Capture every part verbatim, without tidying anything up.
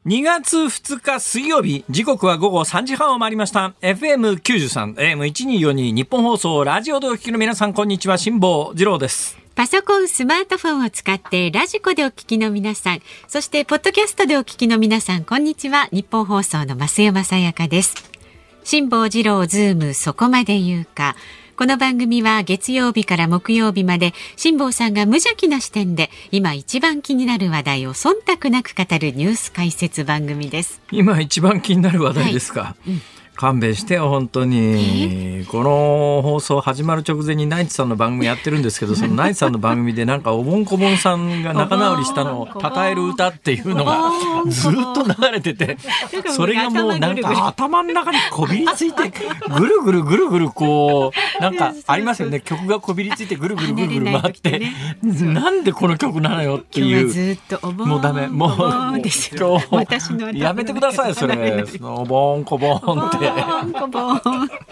にがつふつか水曜日、時刻は午後さんじはんを回りました。 エフエムきゅうじゅうさん エーエムせんにひゃくよんじゅうに 日本放送ラジオでお聞きの皆さん、こんにちは。辛坊治郎です。 パソコン、スマートフォンを使ってラジコでお聞きの皆さん、そしてポッドキャストでお聞きの皆さん、こんにちは。日本放送の増山さやかです。辛坊治郎ズームそこまで言うか。この番組は月曜日から木曜日まで辛坊さんが無邪気な視点で今一番気になる話題を忖度なく語るニュース解説番組です。 今一番気になる話題ですか、はい、うん、勘弁してよ本当に。この放送始まる直前にナイツさんの番組やってるんですけど、そのナイツさんの番組でなんかおぼんこぼんさんが仲直りしたのを称える歌っていうのがずっと流れてて、それがもうなんか頭の中にこびりついてぐるぐるぐるぐるこうなんかありますよね。曲がこびりついてぐるぐるぐるぐる回って、なんでこの曲なのよっていう。 ずっとおぼんもうダメ、もう今日やめてくださいそれ。おぼんこぼんってボンボン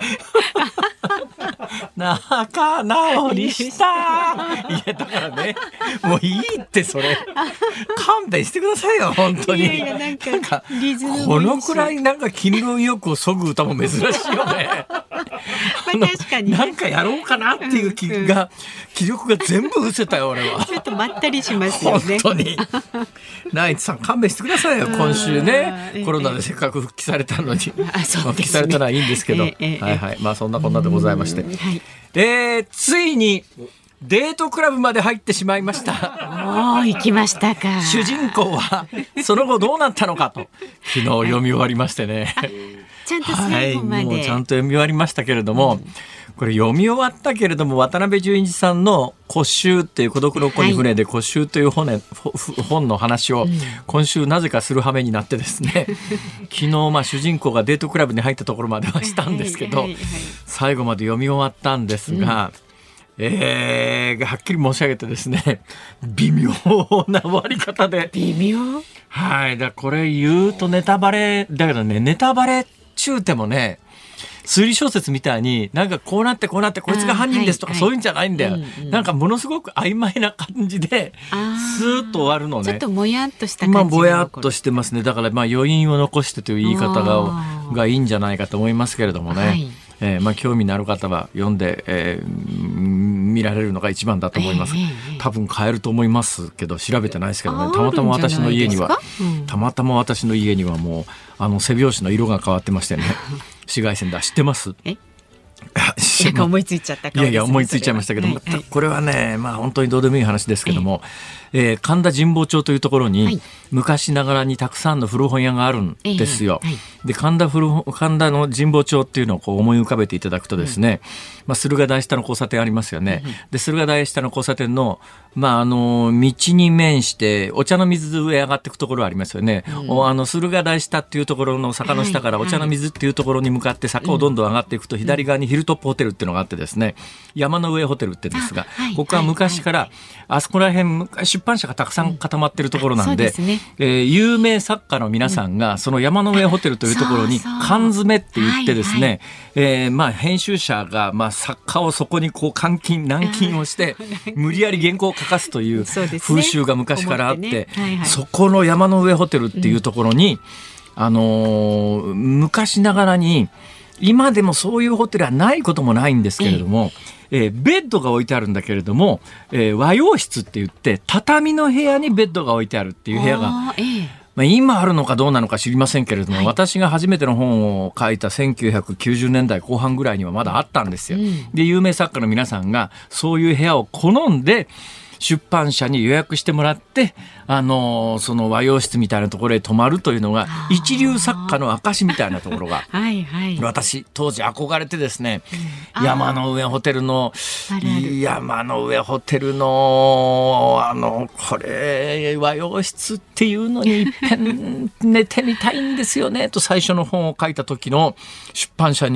仲直りしたいやだからね、もういいってそれ勘弁してくださいよ本当に。いやいやなんか、なんかこのくらいなんか気分よくそぐ歌も珍しいよね。 まあ確かに、ね、 なんかやろうかなっていう気が、うんうん、気力が全部失せたよ俺は。 ちょっとまったりしますよね本当に。ナイツさん勘弁してくださいよ。今週ねコロナでせっかく復帰されたのに、 あ、そうですね、 復帰されたのはいいんですけど、 ええはいはい、まあそんなこんなでございまして、はい、えー、ついにデートクラブまで入ってしまいました。 おー、行きましたか。 主人公はその後どうなったのかと昨日読み終わりましてね。 ちゃんと最後まで、 はい、もうちゃんと読み終わりましたけれども、うん、これ読み終わったけれども渡辺淳一さんの孤舟っていう孤独の子に船で孤舟という 本,、はい、本の話を今週なぜかする羽目になってですね、うん、昨日まあ主人公がデートクラブに入ったところまではしたんですけど、はいはいはい、最後まで読み終わったんですが、うん、えー、はっきり申し上げてですね、微妙な終わり方で。 微妙、 はい、だこれ言うとネタバレだけどね、ネタバレ中でもね、推理小説みたいになんかこうなってこうなってこいつが犯人ですとか、はいはい、そういうんじゃないんだよ、うんうん、なんかものすごく曖昧な感じでスーッと終わるのね。 ちょっとぼやっとした感じ、 まあ、ぼやっとしてますね。だからまあ余韻を残してという言い方ががいいんじゃないかと思いますけれどもね、はい、えー、まあ興味のある方は読んで、えー、見られるのが一番だと思います、えー、多分買えると思いますけど調べてないですけどね。たまたま私の家には、うん、たまたま私の家にはもうあの背表紙の色が変わってましてね紫外線だ。知ってます？ えなんか思いついちゃったかもですね。 いやいや思いついちゃいましたけども、はいはい、これはね、まあ本当にどうでもいい話ですけども、えー、神田神保町というところに、はい、昔ながらにたくさんの古本屋があるんですよ、えーはい、で神田古神田の神保町っていうのをこう思い浮かべていただくとですね、うん、まあ、駿河台下の交差点ありますよね、うん、で駿河台下の交差点の、まあ、あの道に面してお茶の水上上がっていくところありますよね、うん、あの駿河台下っていうところの坂の下からお茶の水っていうところに向かって坂をどんどん上がっていくと左側にヒルトップホテルっていうのがあってですね、山の上ホテルって言うんですが、はい、ここは昔から、はいはい、あそこら辺出版社がたくさん固まってるところなんで、うんね、えー、有名作家の皆さんが、うん、その山の上ホテルというところに缶詰って言ってですね、はいはい、えーまあ、編集者が、まあ、作家をそこにこう監禁軟禁をして無理やり原稿を書かすという風習が昔からあって、ね、はいはい、そこの山の上ホテルっていうところに、うん、あのー、昔ながらに今でもそういうホテルはないこともないんですけれども、えー、ベッドが置いてあるんだけれども、えー、和洋室って言って畳の部屋にベッドが置いてあるっていう部屋が、あ、えーまあ、今あるのかどうなのか知りませんけれども、はい、私が初めての本を書いたせんきゅうひゃくきゅうじゅうねんだいこう半ぐらいにはまだあったんですよ、うん、で有名作家の皆さんがそういう部屋を好んで出版社に予約してもらって、あのー、その和洋室みたいなところへ泊まるというのが一流作家の証みたいなところがはい、はい、私当時憧れてですね、うん、山の上ホテルの山の上ホテルのあのこれ和洋室っていうのに一遍寝てみたいんですよねと最初の本を書いた時の出版社に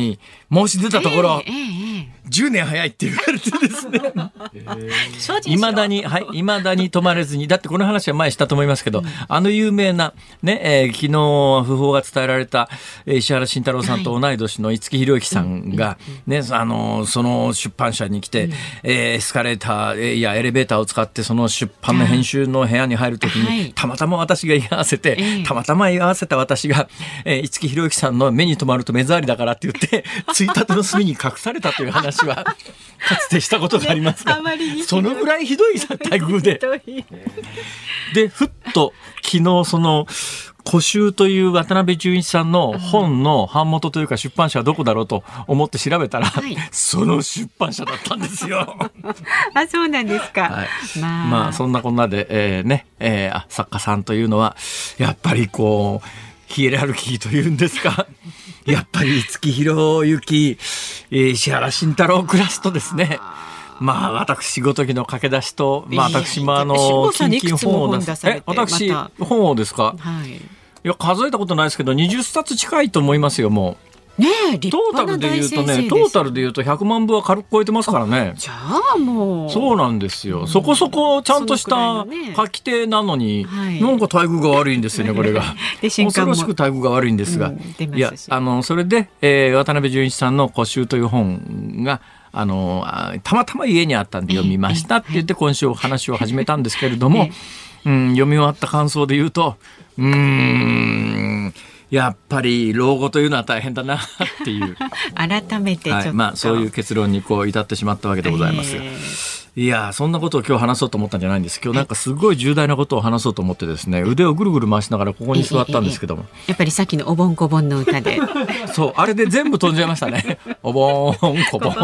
申し出たところ、 えーえーじゅうねん早いって言われてですねいまだに、はい、いまだに止まれずに、だってこの話は前したと思いますけど、うん、あの有名な、ねえー、昨日訃報が伝えられた、えー、石原慎太郎さんと同い年の五木ひろゆきさんが、ね、あのその出版社に来て、うんえー、エスカレーターやエレベーターを使ってその出版の編集の部屋に入るときに、はい、たまたま私が言い合わせて、えー、たまたま言い合わせた私が、えー、五木ひろゆきさんの目に留まると目障りだからって言ってついたての隅に隠されたという話はかつてしたことがありますが、そのぐらいひどい待遇ででふっと昨日その古集という渡辺淳一さんの本の版元というか出版社はどこだろうと思って調べたら、はい、その出版社だったんですよあ、そうなんですか、 はい、まあ、まあそんなこんなで、えーねえー、あ作家さんというのはやっぱりこうヒエラルキーというんですかやっぱり五木ひろゆき、えー、石原慎太郎クラスとですね、まあ私ごときの駆け出しと、まあ私もあのキンキン本を出す、え私本をですか、はい、いや数えたことないですけどにじゅっさつ近いと思いますよ。もうねえ、立派な大先生です。トータルで言うとね、トータルで言うとひゃくまんぶは軽く超えてますからね。 じゃあもうそうなんですよ、うん、そこそこちゃんとした書き手なのに、ね、なんか待遇が悪いんですよねこれが恐ろしく待遇が悪いんですが、うん、いやあのそれで、えー、渡辺淳一さんの古集という本があのたまたま家にあったんで読みましたって言って今週お話を始めたんですけれども、うん、読み終わった感想で言うとうーんやっぱり老後というのは大変だなっていう改めてちょっと、はいまあ、そういう結論にこう至ってしまったわけでございますが、えー、いやそんなことを今日話そうと思ったんじゃないんです。今日なんかすごい重大なことを話そうと思ってですね腕をぐるぐる回しながらここに座ったんですけども、 えーえー、やっぱりさっきのおぼんこぼんの歌でそうあれで全部飛んじゃいましたねおぼんこぼん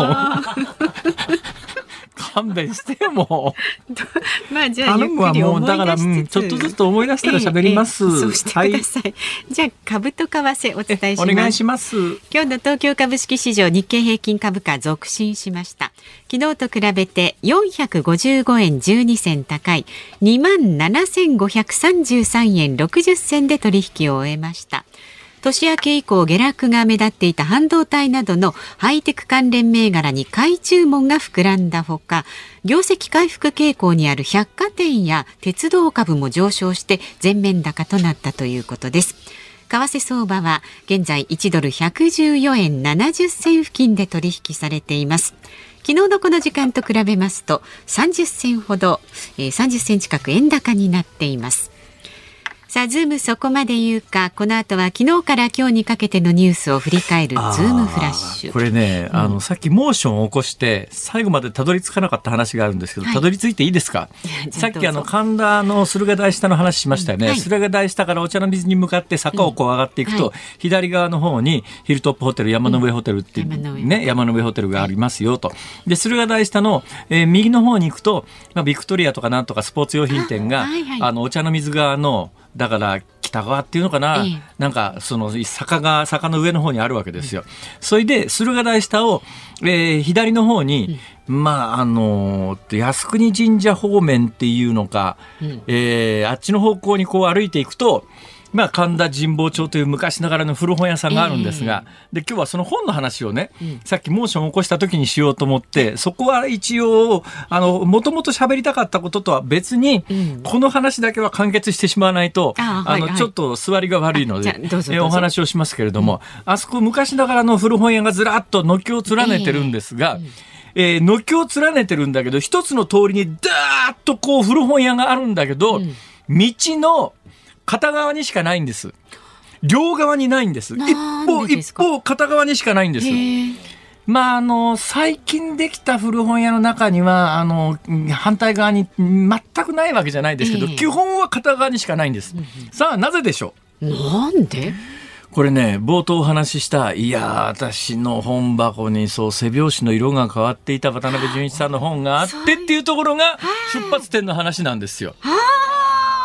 勘弁してよもうまあじゃあゆっくり思い出しつつ、だから、うん、 ちょっとずつ思い出したら喋ります、 えーえー、そうしてください、はい、じゃあ株と為替お伝えします。 お願いします。 今日の東京株式市場日経平均株価続伸しました。昨日と比べてよんひゃくごじゅうごえんじゅうにせん高い にまんななせんごひゃくさんじゅうさんえんろくじゅっせんで取引を終えました。年明け以降下落が目立っていた半導体などのハイテク関連銘柄に買い注文が膨らんだほか、業績回復傾向にある百貨店や鉄道株も上昇して全面高となったということです。為替相場は現在いちドルひゃくじゅうよえんななじゅっせん付近で取引されています。昨日のこの時間と比べますとさんじゅっせんほど、えー、さんじゅっせん近く円高になっています。さあズームそこまで言うか、この後は昨日から今日にかけてのニュースを振り返るズームフラッシュ。 これね、うん、あのさっきモーションを起こして最後までたどり着かなかった話があるんですけど、はい、たどり着いていいですか。さっきあの神田の駿河台下の話しましたよね、うんはい、駿河台下からお茶の水に向かって坂をこう上がっていくと、うんはい、左側の方にヒルトップホテル山の上ホテルっていう、うんね、山の上ホテルがありますよと。で駿河台下の、えー、右の方に行くと、まあ、ビクトリアとかなんとかスポーツ用品店が あ,、はいはい、あのお茶の水側のだから北側っていうのかな、ええ、なんかその坂が坂の上の方にあるわけですよ、うん、それで駿河台下を、えー、左の方に、うん、まああの靖国神社方面っていうのか、うんえー、あっちの方向にこう歩いていくと、まあ、神田神保町という昔ながらの古本屋さんがあるんですが、えー、で今日はその本の話をね、うん、さっきモーションを起こした時にしようと思って、そこは一応あのもともと喋りたかったこととは別に、うん、この話だけは完結してしまわないと、あ、あの、はいはい、ちょっと座りが悪いのでどうぞどうぞお話をしますけれども、うん、あそこ昔ながらの古本屋がずらっと軒を連ねてるんですが、えーうんえー、軒を連ねてるんだけど一つの通りにダーッとこう古本屋があるんだけど、うん、道の片側にしかないんです。両側にないんです。一方一方片側にしかないんです。まああの最近できた古本屋の中にはあの反対側に全くないわけじゃないですけど、基本は片側にしかないんです。さあなぜでしょう。なんで？ これね、冒頭お話ししたいや私の本箱にそう背表紙の色が変わっていた渡辺淳一さんの本があってっていうところが出発点の話なんですよ。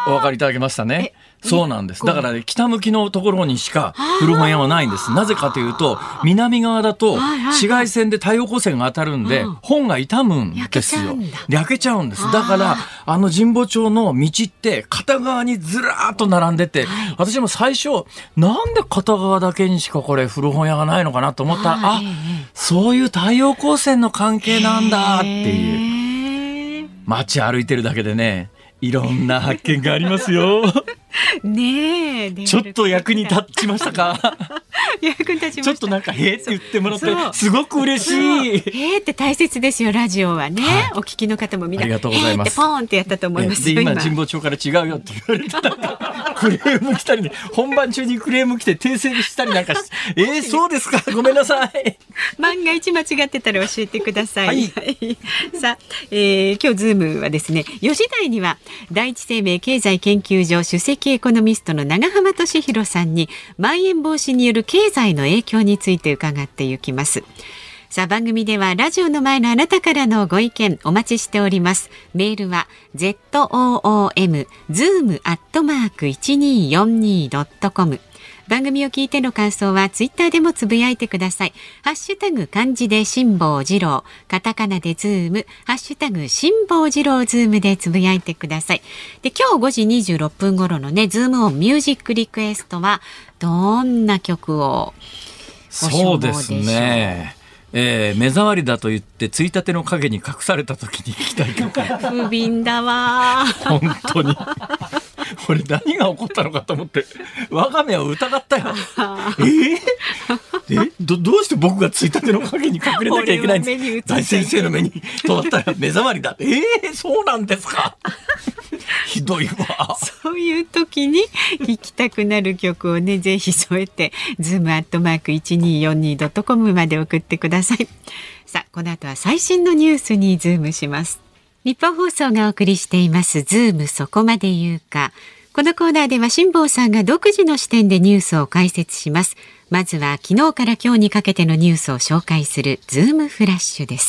お分かりいただけましたね。そうなんです。だから、ね、北向きのところにしか古本屋はないんです。なぜかというと、南側だと紫外線で太陽光線が当たるんで、本が傷むんですよ。焼けちゃうんです。だから、あの神保町の道って片側にずらーっと並んでて、私も最初、なんで片側だけにしかこれ古本屋がないのかなと思ったら、あ、そういう太陽光線の関係なんだっていう。街歩いてるだけでね、いろんな発見がありますよ。 ねえ、 ちょっと役に立ちましたか？ 役に立ちました。 ちょっとなんかへーって言ってもらってすごく嬉しい。 へーって大切ですよ、ラジオはね、はい、お聞きの方もみんなありがとうございます。 へーってポーンってやったと思いますよ。 で今神保町から違うよって言われてたクレーム来たりね、本番中にクレーム来て訂正したりなんかしえー、そうですか、ごめんなさい。 万が一間違ってたら教えてください。はい、さあ、えー、今日ズームはですね、よじ台には第一生命経済研究所首席エコノミストの長浜俊弘さんにまん延防止による経済の影響について伺っていきます。さあ、番組ではラジオの前のあなたからのご意見お待ちしております。メールは ズーム ズーム アットマーク いちにーよんにー ドットコム。番組を聞いての感想はツイッターでもつぶやいてください。ハッシュタグ漢字で辛坊治郎、カタカナでズーム、ハッシュタグ辛坊治郎ズームでつぶやいてください。で、今日ごじにじゅうろっぷん頃のね、ズームオンミュージックリクエストはどんな曲をご所望でしょう？ そうですね、えー、目障りだと言ってついたての影に隠された時に聴きたい曲。 不憫だわ。 本当にこれ何が起こったのかと思って我が目を疑ったよ。えー、え ど, どうして僕がついたての影に隠れなきゃいけないんですか？大先生の目に通ったら目障りだ。えー、そうなんですか。ひどいわ。 そういう時に聴きたくなる曲をね、ぜひ添えてズームアットマーク いちにーよんにー ドットコム まで送ってください。さあ、この後は最新のニュースにズームします。日本放送がお送りしていますズームそこまで言うか。このコーナーでは辛坊さんが独自の視点でニュースを解説します。まずは昨日から今日にかけてのニュースを紹介するズームフラッシュです。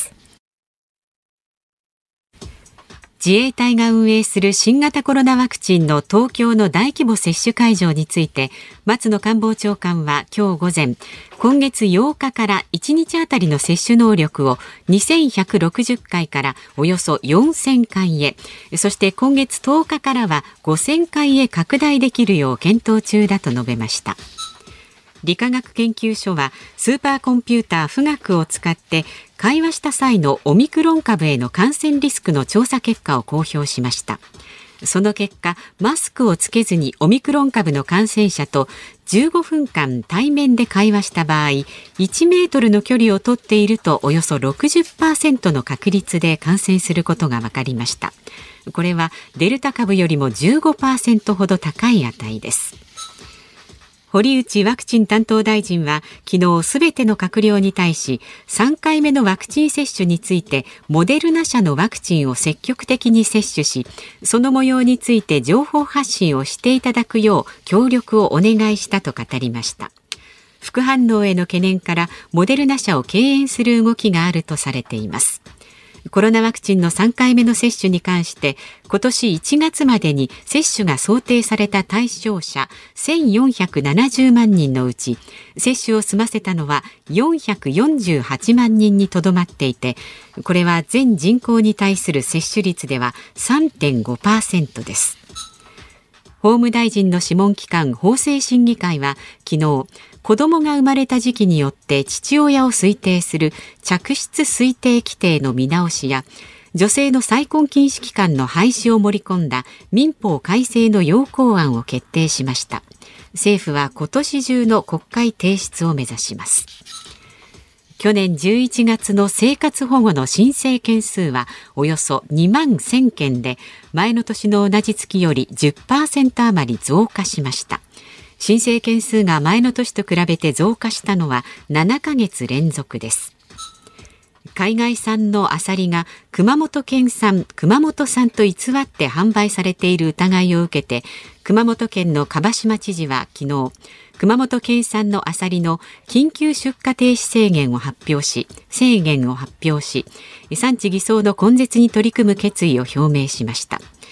自衛隊が運営する新型コロナワクチンの東京の大規模接種会場について、松野官房長官は今日午前、今月ようかからいちにちあたりの接種能力をにせんひゃくろくじゅっかいからおよそよんせんかいへ、そして今月とおかからはごせんかいへ拡大できるよう検討中だと述べました。理化学研究所はスーパーコンピューター富岳を使って会話した際のオミクロン株への感染リスクの調査結果を公表しました。その結果、マスクをつけずにオミクロン株の感染者とじゅうごふんかん対面で会話した場合、いちメートルの距離を取っているとおよそ ろくじゅっパーセント の確率で感染することが分かりました。これはデルタ株よりも じゅうごパーセント ほど高い値です。堀内ワクチン担当大臣は昨日すべての閣僚に対し、さんかいめのワクチン接種についてモデルナ社のワクチンを積極的に接種し、その模様について情報発信をしていただくよう協力をお願いしたと語りました。副反応への懸念からモデルナ社を敬遠する動きがあるとされています。コロナワクチンのさんかいめの接種に関して今年いちがつまでに接種が想定された対象者せんよんひゃくななじゅうまんにんのうち接種を済ませたのはよんひゃくよんじゅうはちまんにんにとどまっていて、これは全人口に対する接種率では さんてんごパーセント です。法務大臣の諮問機関法制審議会は昨日、子どもが生まれた時期によって父親を推定する嫡出推定規定の見直しや、女性の再婚禁止期間の廃止を盛り込んだ民法改正の要綱案を決定しました。政府は今年中の国会提出を目指します。去年じゅういちがつの生活保護の申請件数はおよそにまんせんけんで、前の年の同じ月より じゅっパーセント 余り増加しました。申請件数が前の年と比べて増加したのはななかげつ連続です。海外産のアサリが熊本県産熊本産と偽って販売されている疑いを受けて、熊本県の蒲島知事は昨日、熊本県産のアサリの緊急出荷停止制限を発表し、制限を発表し、産地偽装の根絶に取り組む決意を表明しました。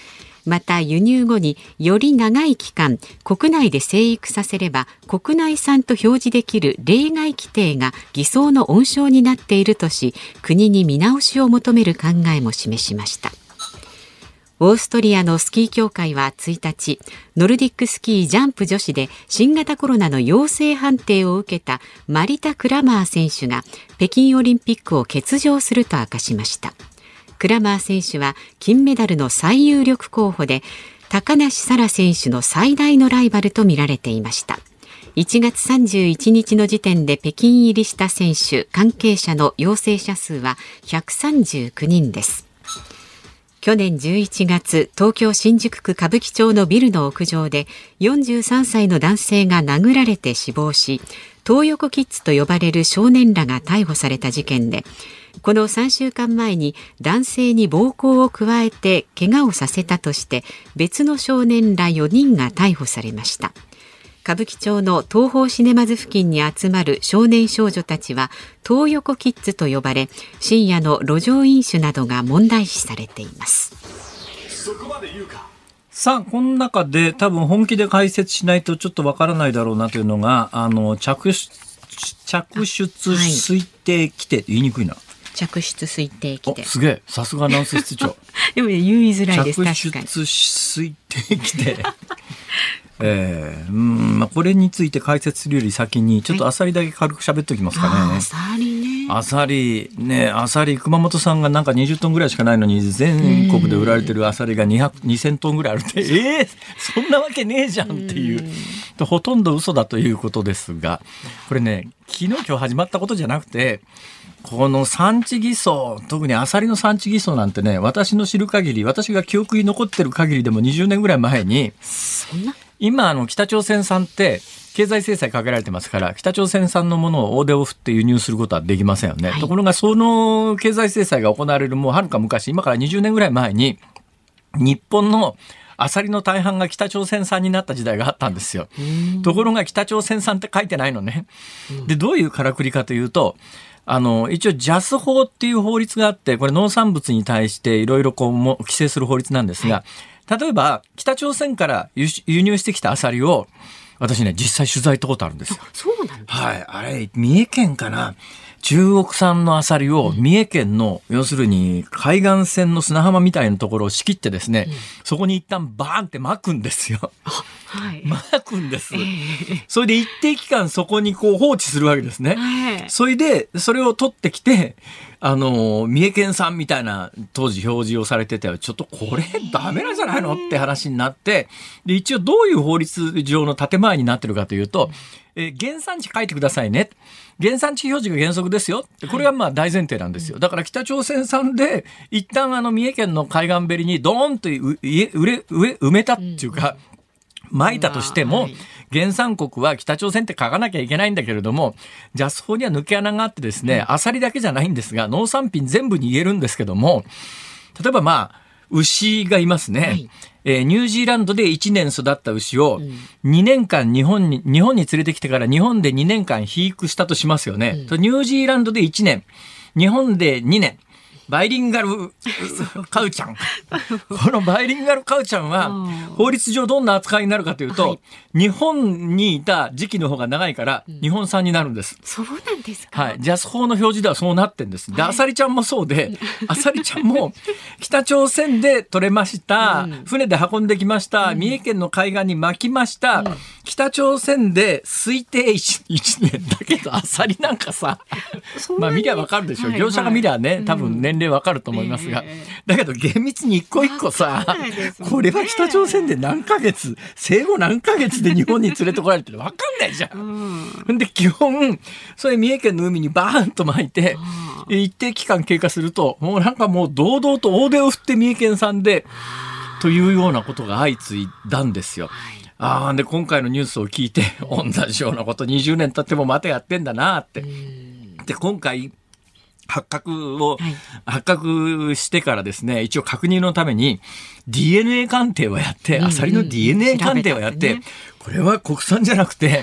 また輸入後により長い期間国内で生育させれば国内産と表示できる例外規定が偽装の温床になっているとし、国に見直しを求める考えも示しました。オーストリアのスキー協会はついたち、ノルディックスキージャンプ女子で新型コロナの陽性判定を受けたマリタ・クラマー選手が北京オリンピックを欠場すると明かしました。クラマー選手は金メダルの最有力候補で、高梨沙羅選手の最大のライバルと見られていました。いちがつさんじゅういちにちの時点で北京入りした選手、関係者の陽性者数はひゃくさんじゅうきゅうにんです。去年じゅういちがつ、東京新宿区歌舞伎町のビルの屋上でよんじゅうさんさいの男性が殴られて死亡し、トー横キッズと呼ばれる少年らが逮捕された事件で、このさんしゅうかんまえに男性に暴行を加えて怪我をさせたとして別の少年らよにんが逮捕されました。歌舞伎町の東宝シネマズ付近に集まる少年少女たちはトー横キッズと呼ばれ、深夜の路上飲酒などが問題視されています。 そこまで言うか。さあ、この中で多分本気で解説しないとちょっとわからないだろうなというのが、あの着出着出推定規定、はい、言いにくいな。 着出推定規定。 すげえ、さすがアナウンス室長。 でも言いづらいです。 着出推定規定。えーうんまあ、これについて解説するより先にちょっとアサリだけ軽く喋っておきますかね。 アサリね。 アサリね、アサリ熊本産がなんかにじゅっトンぐらいしかないのに全国で売られてるアサリがにひゃく、にせんトンぐらいあるって、えー、そんなわけねえじゃんっていうほとんど嘘だということですが、これね、昨日今日始まったことじゃなくて、この産地偽装、特にアサリの産地偽装なんてね、私の知る限り、私が記憶に残ってる限りでもにじゅうねんぐらい前に、 そんな今あの北朝鮮産って経済制裁かけられてますから、北朝鮮産のものを大手を振って輸入することはできませんよね、はい、ところがその経済制裁が行われるもうはるか昔、今からにじゅうねんぐらい前に日本のアサリの大半が北朝鮮産になった時代があったんですよ。ところが北朝鮮産って書いてないのね。で、どういうからくりかというと、あの一応ジャス法っていう法律があって、これ農産物に対していろいろこうも規制する法律なんですが、はい、例えば北朝鮮から輸入してきたアサリを私ね実際取材行ったことあるんですよ。 そうなんですか。 はい、あれ三重県かな、中国産のアサリを三重県の、うん、要するに海岸線の砂浜みたいなところを仕切ってですね、うん、そこに一旦バーンって巻くんですよ。はい、巻くんです、えー、それで一定期間そこにこう放置するわけですね、えー、それでそれを取ってきて、あの三重県産みたいな当時表示をされてて、ちょっとこれダメなんじゃないのって話になって、で一応どういう法律上の建前になってるかというと、えー、原産地書いてくださいね、原産地表示が原則ですよ、これはまあ大前提なんですよ。だから北朝鮮産で一旦あの三重県の海岸べりにドーンと埋めたっていうか、巻いたとしても、原産国は北朝鮮って書かなきゃいけないんだけれども、ジャス法には抜け穴があってですね、アサリだけじゃないんですが、農産品全部に言えるんですけども、例えばまあ牛がいますね、はい、えー、ニュージーランドでいちねん育った牛をにねんかん日本に日本に連れてきてから日本でにねんかん肥育したとしますよね、うん、ニュージーランドでいちねん、日本でにねん、バイリンガルカウちゃんこのバイリンガルカウちゃんは法律上どんな扱いになるかというと、はい、日本にいた時期の方が長いから日本産になるんです、うん、 そうなんですか。 はい、ジャス法の表示ではそうなってんです。で、アサリちゃんもそうで、アサリちゃんも北朝鮮で取れました、うん、船で運んできました、うん、三重県の海岸に巻きました、うん、北朝鮮で推定 1, いちねんだけど、アサリなんかさまあ見りゃわかるでしょ、はいはい、業者が見りゃね、多分年齢わかると思いますが、えー、だけど厳密に一個一個さ、ね、これは北朝鮮で何ヶ月、生後何ヶ月で日本に連れてこられてるわかんないじゃん、うん、で基本それ三重県の海にバーンと巻いて一定期間経過すると、もうなんかもう堂々と大手を振って三重県産でというようなことが相次いだんですよ。あーで今回のニュースを聞いて、同じようなことにじゅうねん経ってもまたやってんだなって。で今回発覚を、はい、発覚してからですね、一応確認のために ディーエヌエー 鑑定をやって、うんうん、アサリの ディーエヌエー 鑑定をやって、ね、これは国産じゃなくて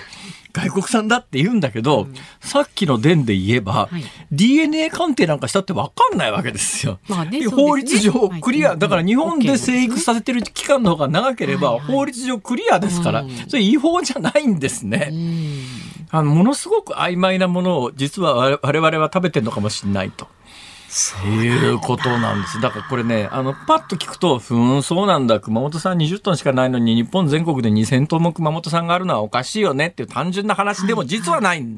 外国産だって言うんだけど、うん、さっきの伝で言えば、はい、ディーエヌエー 鑑定なんかしたって分かんないわけですよ。まあね、法律上クリア、はい、だから日本で生育させてる期間の方が長ければ、はいはい、法律上クリアですから、うん、それ違法じゃないんですね。うん、あのものすごく曖昧なものを実は我々は食べてるのかもしれないと。そういうことなんです。だからこれね、あのパッと聞くと、ふーんそうなんだ、熊本産にじゅっトンしかないのに日本全国でにせんトンも熊本産があるのはおかしいよねっていう単純な話でも実はない、はい、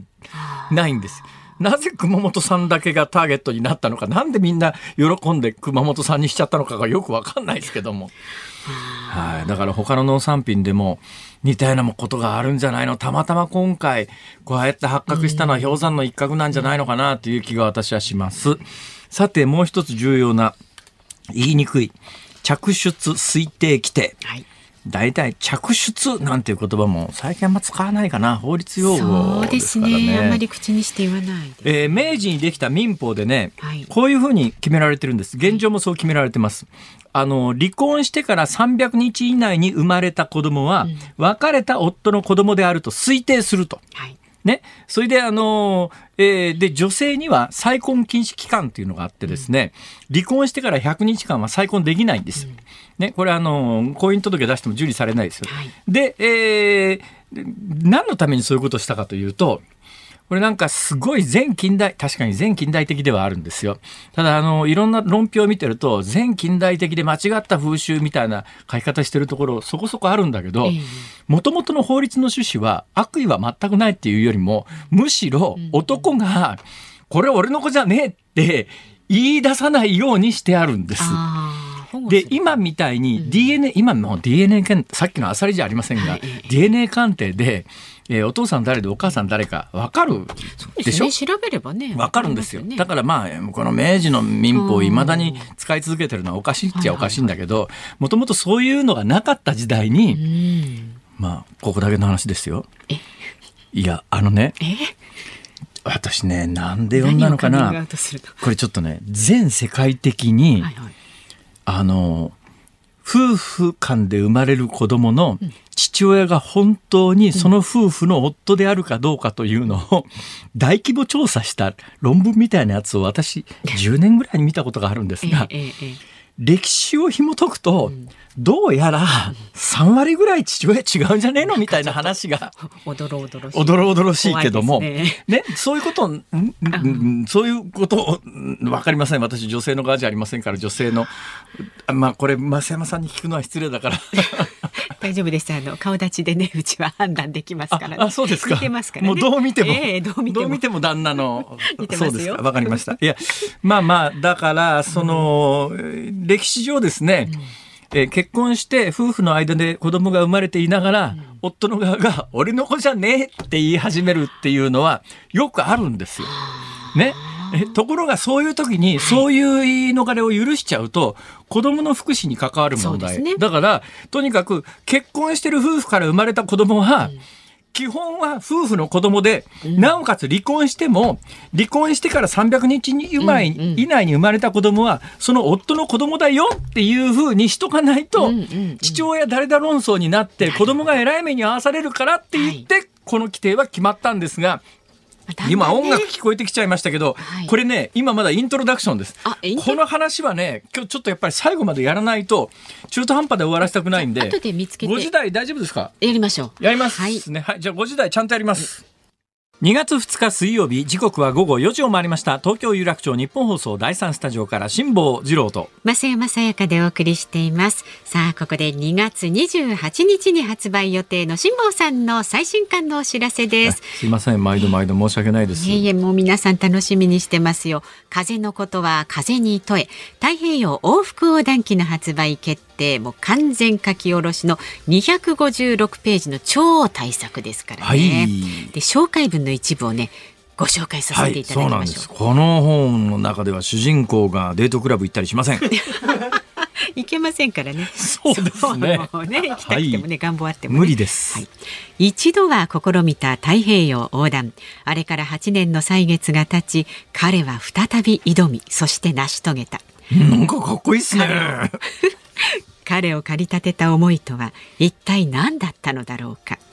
ないんです。なぜ熊本産だけがターゲットになったのか、なんでみんな喜んで熊本産にしちゃったのかがよくわかんないですけども、はい、だから他の農産品でも似たようなことがあるんじゃないの。たまたま今回こうやって発覚したのは氷山の一角なんじゃないのかなという気が私はします。さてもう一つ重要な、言いにくい着出推定規定、はい、だいたい着出なんていう言葉も最近あんま使わないかな。法律用語ですからね。そうですね、 あんまり口にして言わないです、 えー、明治にできた民法でね、はい、こういうふうに決められてるんです。現状もそう決められてます。あの離婚してからさんびゃくにち以内に生まれた子供は、うん、別れた夫の子供であると推定すると、はいね、それであの、えー、で女性には再婚禁止期間というのがあってですね、うん、離婚してからひゃくにちかんは再婚できないんです、うんね、これあの婚姻届出しても受理されないですよ、はい、で、えー、何のためにそういうことをしたかというと、これなんかすごい前近代、確かに前近代的ではあるんですよ。ただあのいろんな論評を見てると前近代的で間違った風習みたいな書き方してるところそこそこあるんだけど、もともとの法律の趣旨は悪意は全くないっていうよりも、むしろ男がこれ俺の子じゃねえって言い出さないようにしてあるんです。で今みたいに ディーエヌエー、うん、今の ディーエヌエー さっきのアサリじゃありませんが、はい、ディーエヌエー 鑑定で、えー、お父さん誰でお母さん誰か分かるでしょ。 そうですね、調べればね分かるんですよ。だからまあこの明治の民法をいまだに使い続けてるのはおかしいっちゃおかしいんだけど、もともとそういうのがなかった時代に、うん、まあここだけの話ですよ。えいやあのねえ私ねなんで読んだのかな、これちょっとね全世界的に、はいはい、あの夫婦間で生まれる子供の父親が本当にその夫婦の夫であるかどうかというのを大規模調査した論文みたいなやつを私じゅうねんぐらいに見たことがあるんですが、ええええ、歴史を紐解くとどうやらさんわりぐらい父親違うんじゃねえのみたいな話がおどろおどろしい、 おどろおどろしいけども、ねね、そういうことんんそういうこと分かりません。私女性の側じゃありませんから、女性のまあこれ増山さんに聞くのは失礼だから大丈夫です。あの顔立ちでねうちは判断できますからね。 ああそうですか。 似てますからね。 もうどう見ても、 えー、どう見てもどう見ても旦那の似てますよ。 そうですか。わかりました。いやまあまあだからその、うん、歴史上ですね、うんえー、結婚して夫婦の間で子供が生まれていながら、うん、夫の側が俺の子じゃねえって言い始めるっていうのはよくあるんですよ。ね。えところがそういう時にそういう言い逃れを許しちゃうと子供の福祉に関わる問題、ね、だからとにかく結婚してる夫婦から生まれた子供は、うん基本は夫婦の子供で、うん、なおかつ離婚しても離婚してからさんびゃくにち以内に生まれた子供はその夫の子供だよっていうふうにしとかないと、うんうんうん、父親誰だ論争になって子供が偉い目に遭わされるからって言って、はい、この規定は決まったんですが、今音楽聞こえてきちゃいましたけど、はい、これね今まだイントロダクションです。この話はね今日ちょっとやっぱり最後までやらないと中途半端で終わらせたくないんで、 後で見つけてごじ台大丈夫ですか。 やりましょう。 やりますね、はいはい、じゃあごじ台ちゃんとやります。にがつふつか水曜日、時刻は午後よじを回りました。東京有楽町日本放送だいさんスタジオから辛坊治郎と増山さやかでお送りしています。さあここでにがつにじゅうはちにちに発売予定の辛坊さんの最新刊のお知らせです。 すいません毎度毎度申し訳ないです。 いえいえもう皆さん楽しみにしてますよ。風のことは風に問え、太平洋往復横断機の発売決定。もう完全書き下ろしのにひゃくごじゅうろくページの超大作ですからね、はい、で紹介文の一部をねご紹介させていただきましょう、はい、そうなんです。 この本の中では主人公がデートクラブ行ったりしません行けませんからね。 そうですね。 そうね行きたくてもね、はい、願望あっても、ね、 無理です、 はい、一度は試みた太平洋横断。あれからはちねんの歳月が経ち彼は再び挑みそして成し遂げた。 なんかかっこいいっすね彼を駆り立てた思いとは一体何だったのだろうか。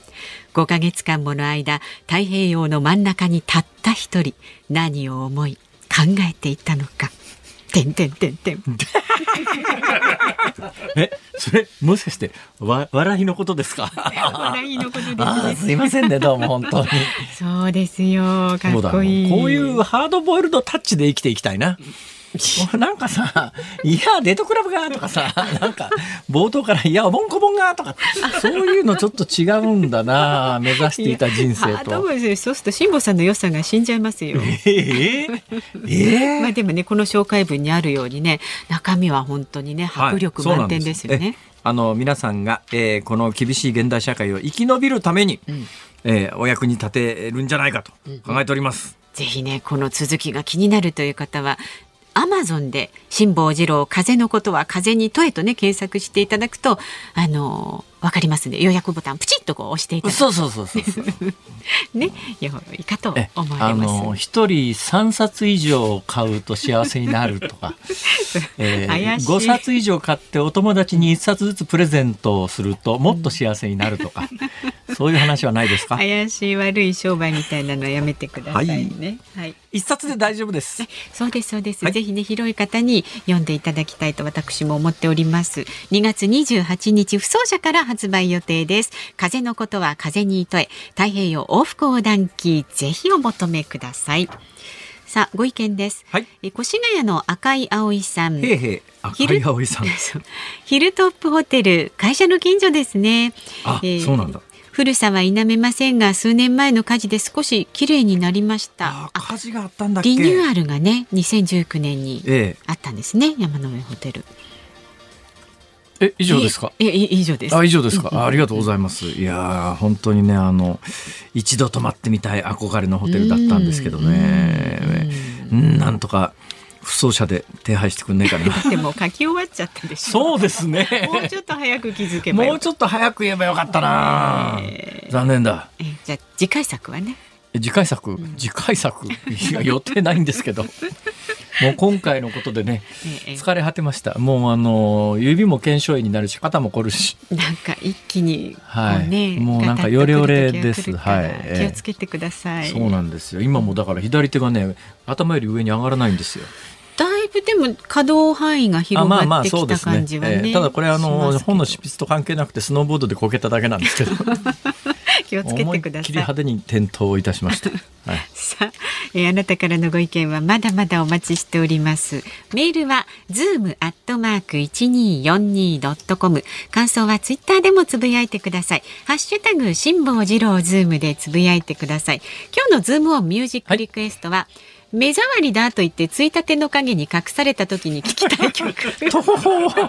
ごかげつかんもの間、太平洋の真ん中にたった一人、何を思い考えていたのか。てんてんてんてん。 え、それもしかしてわ笑いのことですか？ 笑いのことですね。 あ、すいませんね、どうも本当に。 そうですよ、かっこいい。 こういうハードボイルドタッチで生きていきたいな。なんかさ、いやデートクラブがとかさ、なんか冒頭からいやおぼんこぼんがとか、そういうのちょっと違うんだな、目指していた人生と。 ハードボイルド、そうすると辛坊さんの良さが死んじゃいますよ。 えー、えー、 まあでもね、この紹介文にあるようにね、中身は本当にね、迫力満点ですよね。はい、 あの皆さんが、えー、この厳しい現代社会を生き延びるために、うん、えー、お役に立てるんじゃないかと考えております。 うん、ぜひね、この続きが気になるという方はアマゾンで辛坊治郎風のことは風に問えとね検索していただくと、あのー、わかりますね。予約ボタンプチッとこう押していただく。 そうそうそうそうね、良いかと思われます。 あの一人三冊以上買うと幸せになるとか、えー、五冊以上買ってお友達に一冊ずつプレゼントをするともっと幸せになるとか、うん、そういう話はないですか？ 怪しい悪い商売みたいなのはやめてくださいね。はい、はい、 一冊で大丈夫です。 そうですそうです、はい、ぜひね、広い方に読んでいただきたいと私も思っております。にがつにじゅうはちにち、不走者から発売予定です。風のことは風に問え、太平洋往復横断機、ぜひお求めください。さあ、ご意見です。はい、え越谷の赤い葵さん。 へいへい、赤い葵さん。 ヒルトップホテル、会社の近所ですね。 あ、えー、そうなんだ。 古さは否めませんが、数年前の火事で少し綺麗になりました。 あ、火事があったんだっけ。 リニューアルがね、にせんじゅうきゅうねんにあったんですね、ええ、山の上ホテル。 え、以上ですか？ え、え、以上です。 あ、以上ですか。あ、ありがとうございます。いや、本当にね、あの一度泊まってみたい憧れのホテルだったんですけどね。うん、なんとか不走者で手配してくんないかな。 だってもう書き終わっちゃったでしょ。 そうですね。 もうちょっと早く気づけばよかった。 もうちょっと早く言えばよかったな。えー、残念だ。 え、じゃあ次回作はね。 次回作、うん、次回作いや予定ないんですけど。もう今回のことでね、疲れ果てました。もうあの指も腱鞘炎になるし、肩も凝るし、 なんか一気に、 はい、ね、もうなんかヨレヨレです。はい、 気をつけてください。 そうなんですよ。今もだから左手がね、頭より上に上がらないんですよ。 だいぶでも可動範囲が広がってきた感じはね。 ね、えー、ただこれあの本の執筆と関係なくてスノーボードでこけただけなんですけど。 気をつけてください。 思いっきり派手に転倒いたしました。はい、 さあ、えー、あなたからのご意見はまだまだお待ちしております。メールは ズーム アットマーク いちにーよんにー ドットコム。感想はツイッターでもつぶやいてください。ハッシュタグ辛坊治郎ズームでつぶやいてください。今日のズームオンミュージックリクエストは、はい、目障りだと言ってついたての影に隠された時に聞きたい曲。 とほほはい、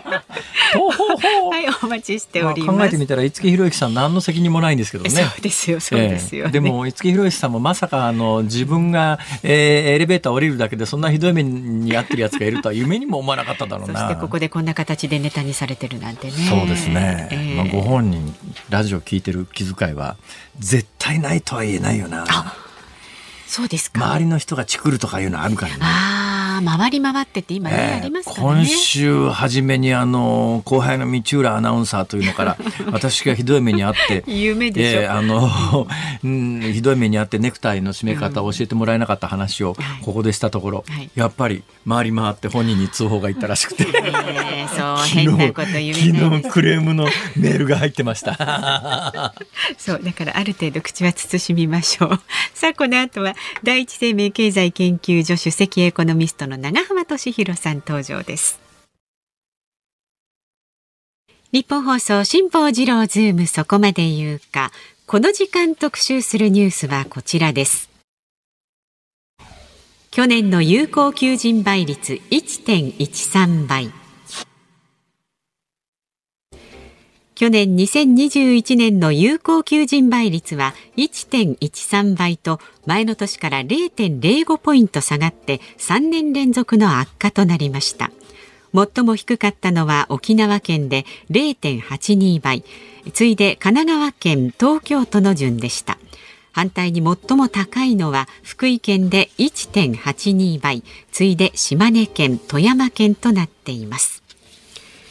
お待ちしております。 まあ、考えてみたら五木ひろゆきさん何の責任もないんですけどね。 そうですよ、そうですよ、ね、 えー、でも五木ひろゆきさんもまさかあの自分が、えー、エレベーター降りるだけでそんなひどい目に遭ってるやつがいるとは夢にも思わなかっただろうな。 そしてここでこんな形でネタにされてるなんてね。 そうですね、えーまあ、ご本人ラジオ聞いてる気遣いは絶対ないとは言えないよな。 あ、そうですか。 周りの人がチクるとかいうのあるからね。 ああ、回り回ってって今ね、えー、ありますからね。 今週初めにあの後輩の道浦アナウンサーというのから私がひどい目にあって夢でしょ、 えー、あの、うん、ひどい目にあってネクタイの締め方を教えてもらえなかった話をここでしたところ、うん、はい、やっぱり回り回って本人に通報がいったらしくて、 えー、そう変なこと言えないです。 昨日クレームのメールが入ってました。 そうだからある程度口は慎みましょう。さあ、この後は第一生命経済研究所首席エコノミストの長浜俊弘さん登場です。日本放送辛坊治郎ズームそこまで言うか。この時間特集するニュースはこちらです。去年の有効求人倍率 いってんいちさん 倍。去年にせんにじゅういちねんの有効求人倍率は いってんいちさん 倍と前の年から れいてんれいご ポイント下がってさんねん連続の悪化となりました。最も低かったのは沖縄県で れいてんはちに 倍、次いで神奈川県、東京都の順でした。反対に最も高いのは福井県で いってんはちに 倍、次いで島根県、富山県となっています。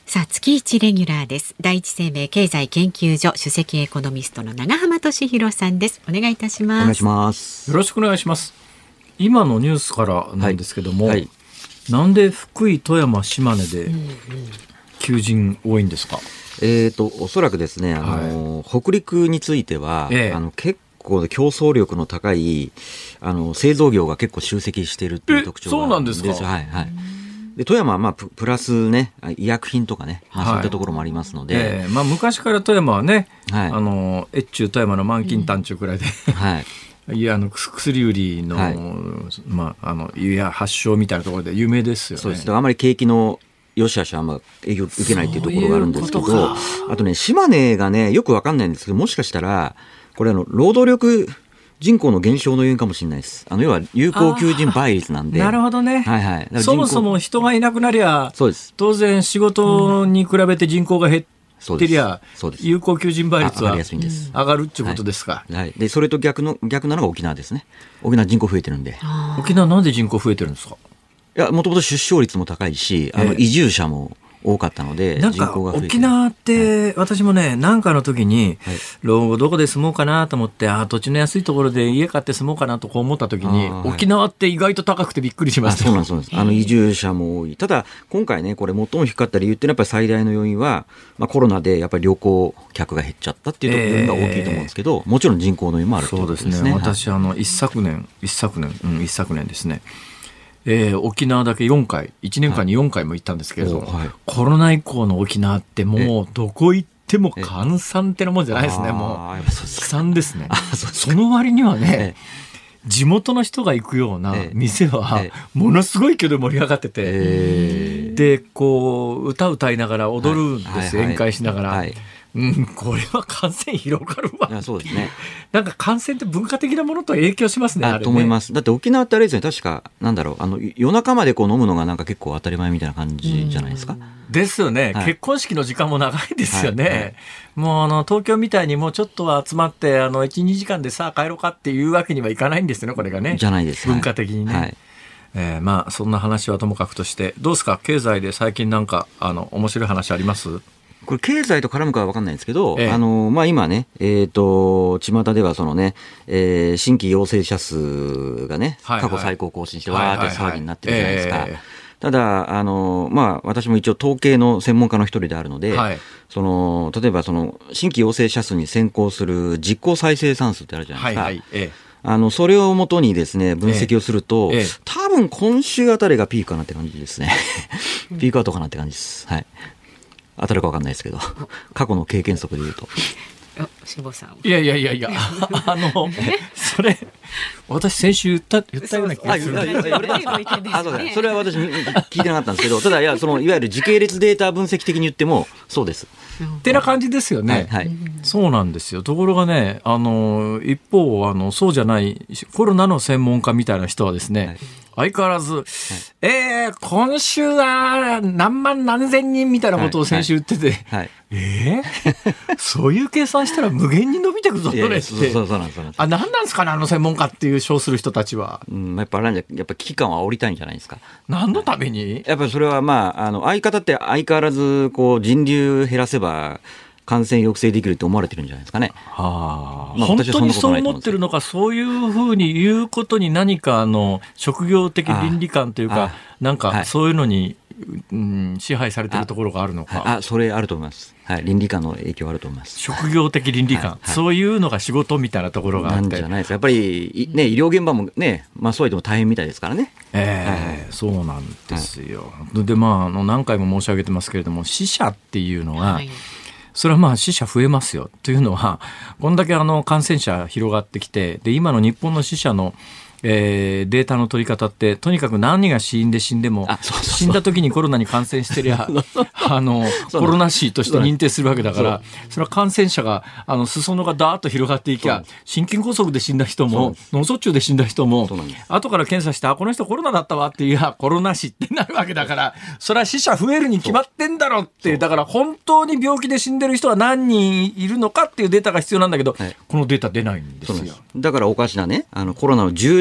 さあ月一レギュラーです。第一生命経済研究所首席エコノミストの長浜俊弘さんです。お願いいたします。 お願いします。 よろしくお願いします。今のニュースからなんですけども、はいはい、なんで福井、富山、島根で求人多いんですか？ えーと、おそらくですね、あの、はい、北陸については、ええ、あの結構競争力の高いあの製造業が結構集積しているっていう特徴があるんです。 そうなんですか？ はいはい。で富山はまあ プ, プラスね医薬品とかね、まあ、そういったところもありますので、はいえーまあ、昔から富山はね、はい、あの越中富山の満金丹中くらいで、うん、はいいやあの薬売りの、はいまあ、あのいや発祥みたいなところで有名ですよね。 そうです。だからあまり景気の良し悪しはあんま影響受けないっていうところがあるんですけど、あとね島根がねよく分かんないんですけど、もしかしたらこれあの労働力人口の減少の要因かもしれないです。あの要は有効求人倍率なんで。 なるほどね。 はいはい。 そもそも人がいなくなりゃ、 そうです。 当然仕事に比べて人口が減ってりゃ、そうです。有効求人倍率は上がるっていうことですか。 はい。はい、でそれと逆の逆なのが沖縄ですね。沖縄人口増えてるんで。 沖縄なんで人口増えてるんですか？ いやもともと出生率も高いし、あの移住者も多かったのでなんか沖縄って私もね何かの時に老後どこで住もうかなと思ってあ土地の安いところで家買って住もうかなとこう思った時に沖縄って意外と高くてびっくりしました。 そうなんですそうなんです。あの移住者も多い。ただ今回ねこれ最も低かった理由ってやっぱり最大の要因は、まあ、コロナでやっぱり旅行客が減っちゃったっていう要因が大きいと思うんですけど、えー、もちろん人口の要因もあるということですね。 そうですね。私あの一昨年一昨年うん一昨年ですね。えー、沖縄だけよんかいいちねんかんによんかいも行ったんですけれども、はい、コロナ以降の沖縄ってもうどこ行っても閑散ってなもんじゃないですね。もう悲惨ですね。その割にはね地元の人が行くような店はものすごい勢いで盛り上がってて、でこう歌歌いながら踊るんですよ、宴会しながら、はいはいうん、これは感染広がるわ。 そうですね。 なんか感染って文化的なものと影響しますね。あれねと思います。だって沖縄ってあれですね、確かなんだろうあの夜中までこう飲むのがなんか結構当たり前みたいな感じじゃないですか。 ですよね、はい、結婚式の時間も長いですよね、はいはい、もうあの東京みたいにもうちょっとは集まってあの いちにじかんでさあ帰ろうかっていうわけにはいかないんですよね、これがね。 じゃないです。 文化的にね、はいえー、まあそんな話はともかくとしてどうですか、経済で最近なんかあの面白い話あります？ これ経済と絡むかは分かんないんですけど、ええ、あのまあ、今ね、えーと、巷ではその、ねえー、新規陽性者数がね、はいはい、過去最高更新してわーって騒ぎになってるじゃないですか。はいはいえー、ただあの、まあ、私も一応統計の専門家の一人であるので、はい、その例えばその新規陽性者数に先行する実効再生産数ってあるじゃないですか。はいはいええあのそれをもとにですね分析をすると、ええ、多分今週あたりがピークかなって感じですねピークアウトかなって感じです。はい、当たるか分かんないですけど過去の経験則でいうと辛坊さんいやいやいやいやあのそれ私先週言った言ったような気がする。 それは私聞いてなかったんですけど、ただいやそのいわゆる時系列データ分析的に言ってもそうですってな感じですよね、はいはい、そうなんですよ。ところがねあの一方あのそうじゃないコロナの専門家みたいな人はですね、はい相変わらず、はい、えー、今週は何万何千人みたいなことを先週言ってて、はいはい、えー、そういう計算したら無限に伸びてくるぞそれって。あ、何なんですかねあの専門家っていう称する人たちは。 うん、やっぱやっぱ危機感を煽りたいんじゃないですか。 何のために？ やっぱりそれはまああの相方って相変わらずこう人流減らせば感染抑制できると思われてるんじゃないですかね。 はあまあ、本当にそう思ってるのか、そういうふうに言うことに何かあの職業的倫理観というかなんかそういうのに、はいうん、支配されてるところがあるのか。 あ, あそれあると思います、はい、倫理観の影響あると思います。 職業的倫理観、はいはい、そういうのが仕事みたいなところがあってなんじゃないですか。やっぱり、ね、医療現場もね、まあ、そういうのも大変みたいですからね。 えーはい、そうなんですよ、はい、で、まあ、あの何回も申し上げてますけれども死者っていうのは、はいそれはまあ死者増えますよというのはこんだけあの感染者広がってきてで今の日本の死者のえー、データの取り方ってとにかく何が死因で死んでもそうそうそう死んだ時にコロナに感染してりゃあのコロナ死として認定するわけだからそれは感染者があの裾野がダーッと広がっていきゃ心筋梗塞で死んだ人も脳卒中で死んだ人も後から検査してあこの人コロナだったわっていやコロナ死ってなるわけだからそれは死者増えるに決まってんだろってだから本当に病気で死んでる人は何人いるのかっていうデータが必要なんだけど、はい、このデータ出ないんですよ。 だからおかしなねあのコロナの重症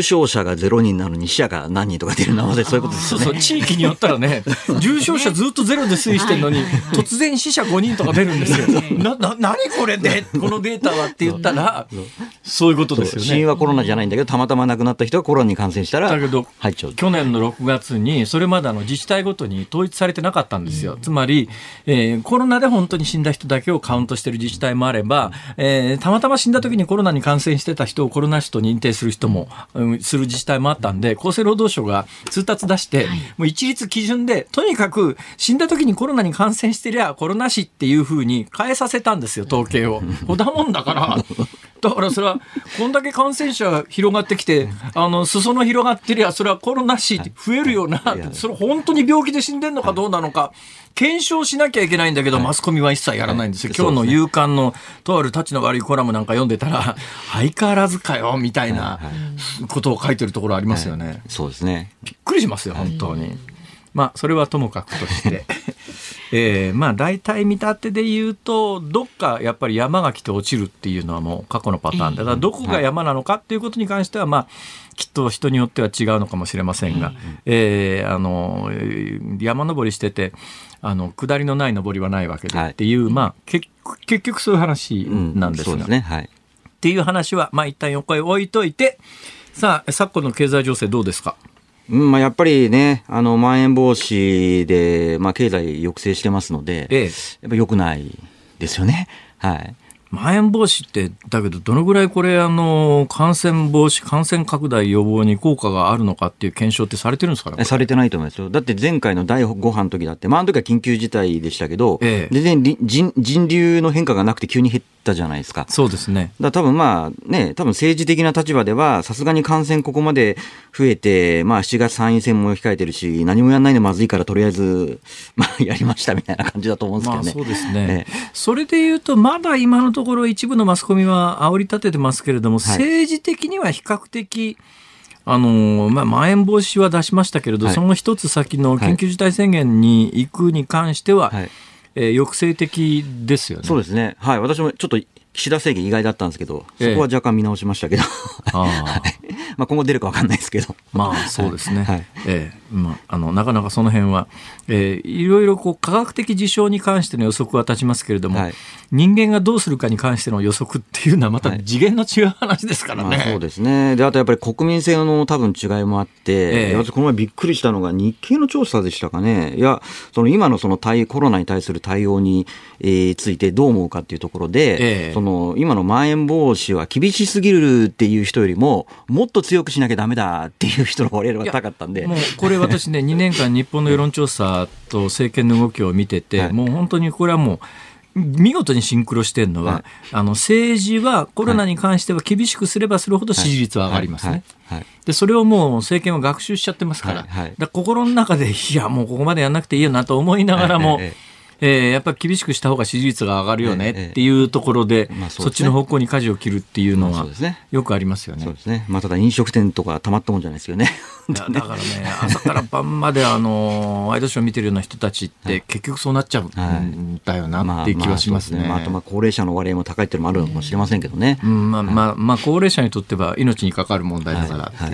症者がゼロにんなのに死者が何人とか出るのはそういうことですよね。 そうそう、地域によったらね重症者ずっとゼロで推移してるのに突然死者ごにんとか出るんですよ。な、な、何これでこのデータはって言ったらそういうことですよね。 死因はコロナじゃないんだけど、たまたま亡くなった人がコロナに感染したらだけど入っちゃう。 去年のろくがつにそれまであの自治体ごとに統一されてなかったんですよ、うん、つまり、えー、コロナで本当に死んだ人だけをカウントしている自治体もあれば、えー、たまたま死んだ時にコロナに感染してた人をコロナ死と認定する人も、うん、する自治体もあったんで、厚生労働省が通達出して、はい、もう一律基準でとにかく死んだ時にコロナに感染してりゃコロナ死っていう風に変えさせたんですよ、統計を。こだもんだからだからそれはこんだけ感染者が広がってきて、あの裾野広がってりゃそれはコロナ死増えるよな、それ本当に病気で死んでんのかどうなのか検証しなきゃいけないんだけど、マスコミは一切やらないんですよ。今日の夕刊のとあるたちの悪いコラムなんか読んでたら相変わらずかよみたいなことを書いてるところありますよね、はいはい、 そうですね。 びっくりしますよ本当に、はい、まあそれはともかくとしてえー、まあ大体見立てで言うとどっかやっぱり山が来て落ちるっていうのはもう過去のパターンだから、どこが山なのかっていうことに関してはまあきっと人によっては違うのかもしれませんが、えー、あの山登りしててあの下りのない登りはないわけでっていう、はい、まあ結局そういう話なんですが、うんそうですね、はい、っていう話はまあ一旦横へ置いといて、さあ昨今の経済情勢どうですか。 うんまあ、やっぱりね、あのまん延防止で、まあ、経済抑制してますので、ええ、やっぱ良くないですよね。はい。 まん延防止ってだけどどのぐらいこれあの感染防止感染拡大予防に効果があるのかっていう検証ってされてるんですかね。 されてないと思いますよ。だって前回のだいご波の時だって、まあ、あの時は緊急事態でしたけど、ええ、全然人、人流の変化がなくて急に減ったじゃないですか。 そうですね。 だから多分まあね、多分政治的な立場ではさすがに感染ここまで増えて、まあしちがつ参院選も控えてるし、何もやんないのまずいからとりあえずまあやりましたみたいな感じだと思うんですけどね。 まあそうですね。ね、それでいうとまだ今のところ一部のマスコミは煽り立ててますけれども、はい、政治的には比較的あのまあ、まん延防止は出しましたけれど、はい、その一つ先の緊急事態宣言に行くに関しては、はいえー、抑制的ですよね。 そうですね、はい、私もちょっと岸田政権意外だったんですけど、そこは若干見直しましたけど、えーあまあ、今後出るか分かんないですけど、 まあそうですね、はいえーまあ、あのなかなかその辺は、えー、いろいろこう科学的事象に関しての予測は立ちますけれども、はい、人間がどうするかに関しての予測っていうのはまた次元の違う話ですからね、 はいまあ、そうですね。であとやっぱり国民性の多分違いもあって、えー、私この前びっくりしたのが日経の調査でしたかね。いやその今のその対コロナに対する対応に、えー、ついてどう思うかっていうところで、えー、その今のまん延防止は厳しすぎるっていう人よりももっと強くしなきゃダメだっていう人の割合が高かったんで、 もうこれ私ねにねんかん日本の世論調査と政権の動きを見てて、はい、もう本当にこれはもう見事にシンクロしてるのは、はい、あの政治はコロナに関しては厳しくすればするほど支持率は上がりますね、はいはいはい、でそれをもう政権は学習しちゃってますから、はいはい、だから心の中でいやもうここまでやんなくていいよなと思いながらも、はいはいはいえー、やっぱり厳しくした方が支持率が上がるよねっていうところで、ええええまあ そ, でね、そっちの方向に舵を切るっていうのはよくありますよね。 そうですね。まあ、ただ飲食店とかたまったもんじゃないですよね。 だ, だからね朝から晩まであのワイドショー見てるような人たちって結局そうなっちゃうんだよなっていう気はしますね。 まあ、あとまあ高齢者の割合も高いっていうのもあるのかもしれませんけどね、 うんまあまあまあ、高齢者にとっては命に関わる問題だから、はいはい、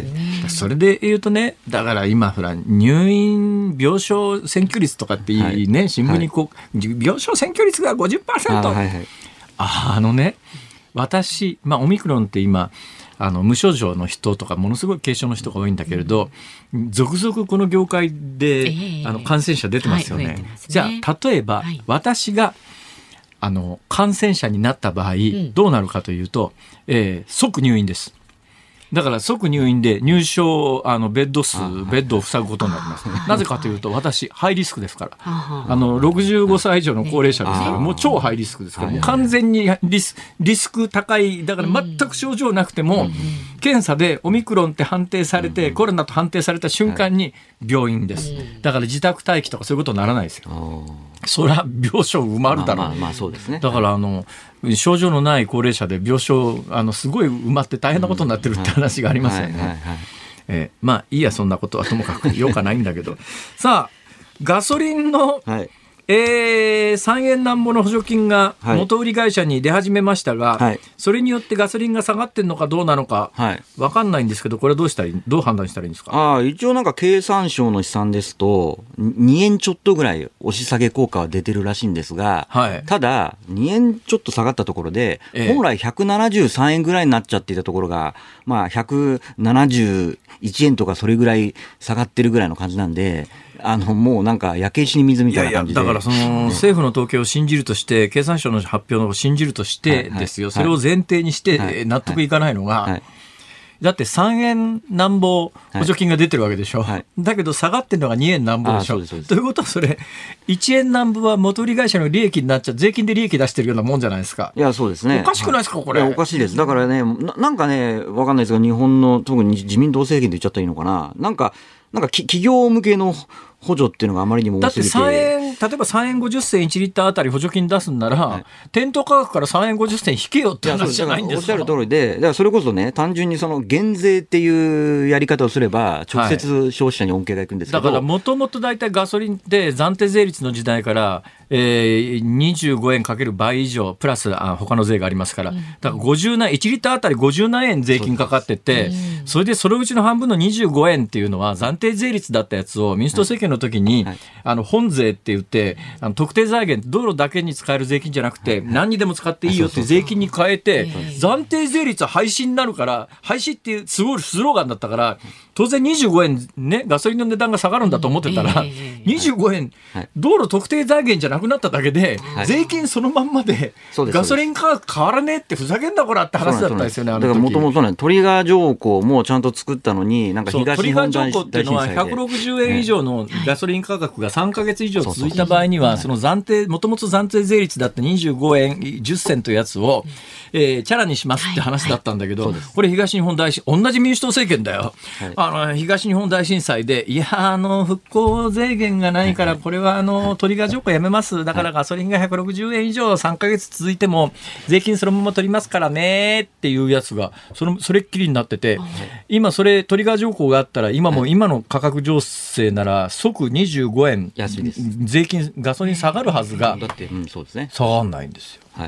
それで言うとねだから今ほら入院病床占拠率とかっていいね、はい、新聞にこう、はい、病床占拠率が ごじゅっパーセント あ,、はいはい、あ, あのね私、まあ、オミクロンって今あの無症状の人とかものすごい軽症の人が多いんだけれど、うん、続々この業界で、えー、あの感染者出てますよね、はい、ますね。じゃあ例えば、はい、私があの感染者になった場合、うん、どうなるかというと、えー、即入院です。だから即入院で入所あのベッド数ベッドを塞ぐことになります。なぜかというと私ハイリスクですからあのろくじゅうごさい以上の高齢者ですからもう超ハイリスクですからもう完全にリス、リスク高いだから全く症状なくても検査でオミクロンって判定されてコロナと判定された瞬間に病院です。だから自宅待機とかそういうことにならないですよ。それは病床埋まるだろう、まあまあまあそうですね。だからあの症状のない高齢者で病床あのすごい埋まって大変なことになってるって話がありますよね。えー、まあいいやそんなことはともかくよかないんだけどさあガソリンのえー、さんえんなんぼの補助金が元売り会社に出始めましたが、はい、それによってガソリンが下がってるのかどうなのか分かんないんですけど、これはどうしたらいい、どう判断したらいいんですか。 あ、一応なんか経産省の試算ですとにえんちょっとぐらい押し下げ効果は出てるらしいんですが、はい、ただにえんちょっと下がったところで、えー、本来ひゃくななじゅうさんえんぐらいになっちゃっていたところが、まあ、ひゃくななじゅういちえんとかそれぐらい下がってるぐらいの感じなんで、あのもうなんか焼け石に水みたいな感じで、 いやいや、だからその政府の統計を信じるとして、経産省の発表を信じるとしてですよ、はいはい、それを前提にして納得いかないのが、はいはい、だってさんえんなんぼ補助金が出てるわけでしょ、はい、だけど下がってるのがにえんなんぼでしょ。ということはそれいちえんなんぼは元売り会社の利益になっちゃう、税金で利益出してるようなもんじゃないですか。 いや、そうですね。 おかしくないですか、これ。 いや、おかしいです。だからね、な, なんかね、わかんないですが、日本の特に自民党政権で言っちゃったらいいのかな、なんかなんか企業向けの補助っていうのがあまりにも多すぎて、 だってさんえん、例えばさんえんごじゅっせんいちリッターあたり補助金出すんなら、はい、店頭価格からさんえんごじゅっせん引けよって話じゃないんですか。 おっしゃる通りで、だからそれこそね、単純にその減税っていうやり方をすれば直接消費者に恩恵がいくんですけど、 はい、だからもともと大体ガソリンって暫定税率の時代から、えー、にじゅうごえんかける倍以上プラスあ他の税がありますから、だからごじゅうないちリッターあたりごじゅうなんえん税金かかってて、それでそのうちの半分のにじゅうごえんっていうのは暫定税率だったやつを民主党政権の時に、はい、あの本税って言ってあの特定財源、道路だけに使える税金じゃなくて、はい、何にでも使っていいよって税金に変えて、暫定税率は廃止になるから、廃止っていうすごいスローガンだったから、当然にじゅうごえんね、ガソリンの値段が下がるんだと思ってたら、にじゅうごえん、はい、道路特定財源じゃなくなっただけで、はい、税金そのまんまでガソリン価格変わらねえってふざけんなこらって話だったんですよね。 だからもともとね、トリガー条項もちゃんと作ったのに、なんか東日本大震災で、トリガー条項っていうのはひゃくろくじゅうえん以上のガソリン価格がさんかげつ以上続いた場合には、その暫定、もともと暫定税率だったにじゅうごえんじゅっせんというやつを、えー、チャラにしますって話だったんだけど、はいはい、これ東日本大震災、同じ民主党政権だよ、はい、あの東日本大震災で、いやあの復興税源がないから、これはあのトリガー条項やめます、だからガソリンがひゃくろくじゅうえん以上さんかげつ続いても税金そのまま取りますからねっていうやつがそのそれっきりになってて、今それトリガー条項があったら、今も今の価格情勢なら即にじゅうごえん税金ガソリン下がるはずが、 だって、うん、そうですね、 下がんないんですよ、はい、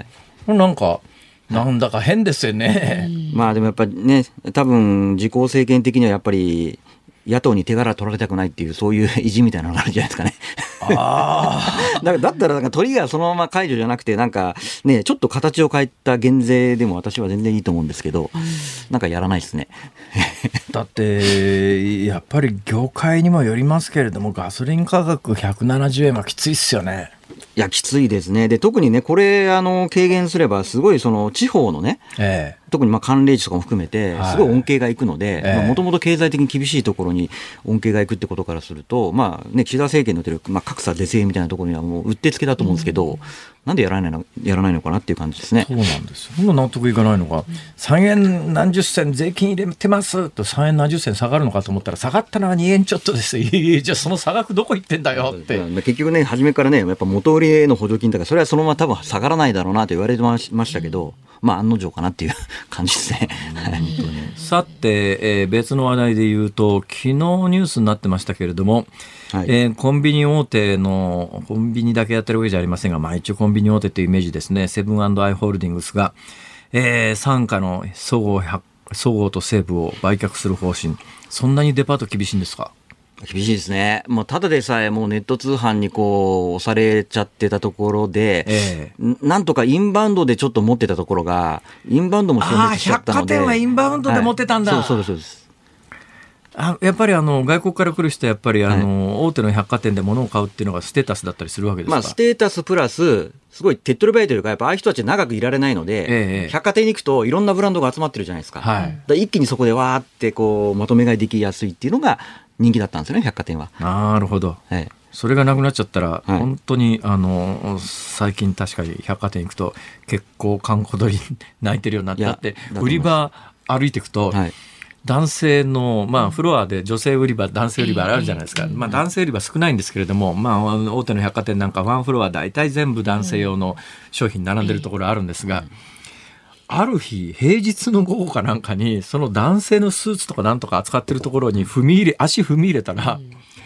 なんかなんだか変ですよね。 まあでもやっぱりね、多分自公政権的にはやっぱり野党に手柄取られたくないっていう、そういう意地みたいなのがあるんじゃないですかね。あだからだったらなんかトリガーそのまま解除じゃなくて、なんかね、ちょっと形を変えた減税でも私は全然いいと思うんですけど、なんかやらないですね。 だってやっぱり業界にもよりますけれども、ガソリン価格ひゃくななじゅうえんはきついっすよね。 いや、きついですね。で、特にね、これ、あの、軽減すれば、すごい、その、地方のね、ええ、特に、まあ、寒冷地とかも含めて、すごい恩恵がいくので、もともと経済的に厳しいところに恩恵がいくってことからすると、まあ、ね、岸田政権の言ってる、まあ、格差是正みたいなところにはもう、うってつけだと思うんですけど、うん、なんでやらないの、やらないのかなっていう感じですね。 そうなんですよ。そんな納得いかないのが、さんえん何十銭税金入れてますと、さんえん何十銭下がるのかと思ったら、下がったのはにえんちょっとです。いやいや、じゃあその差額どこ行ってんだよって。 結局ね、初めからね、やっぱ元売りへの補助金だから、それはそのまま多分下がらないだろうなと言われてましたけど、まあ案の定かなっていう感じですね。 さて、えー、別の話題で言うと、昨日ニュースになってましたけれども、はい、えー、コンビニ大手の、コンビニだけやってるわけじゃありませんが、まあ一応コンビニ大手というイメージですね、セブン&アイ・ホールディングスが、えー、傘下のそごう、そごうと西武を売却する方針、そんなにデパート厳しいんですか？ 厳しいですね。もうただでさえもうネット通販にこう押されちゃってたところで、ええ、なんとかインバウンドでちょっと持ってたところが、インバウンドも消滅しちゃったので。 百貨店はインバウンドで持ってたんだ。 はい、そうそうそうです。 あ、やっぱりあの外国から来る人はやっぱりあの、はい、大手の百貨店で物を買うっていうのがステータスだったりするわけですか？ まあ、ステータスプラスすごい手っ取り早いというか、やっぱああいう人たち長くいられないので、ええ、百貨店に行くといろんなブランドが集まってるじゃないですか。はい、だ一気にそこでわーってこうまとめ買いできやすいっていうのが人気だったんですよね、百貨店は。 なるほど、はい、それがなくなっちゃったら、はい、本当にあの最近確かに百貨店行くと結構閑古鳥泣いてるようになって、だって売り場歩いていくと、はい、男性の、まあ、フロアで女性売り場、男性売り場あるじゃないですか、まあ、男性売り場少ないんですけれども、まあ、大手の百貨店なんかワンフロア大体全部男性用の商品並んでるところあるんですが、ある日平日の午後かなんかにその男性のスーツとかなんとか扱ってるところに踏み入れ足踏み入れたら、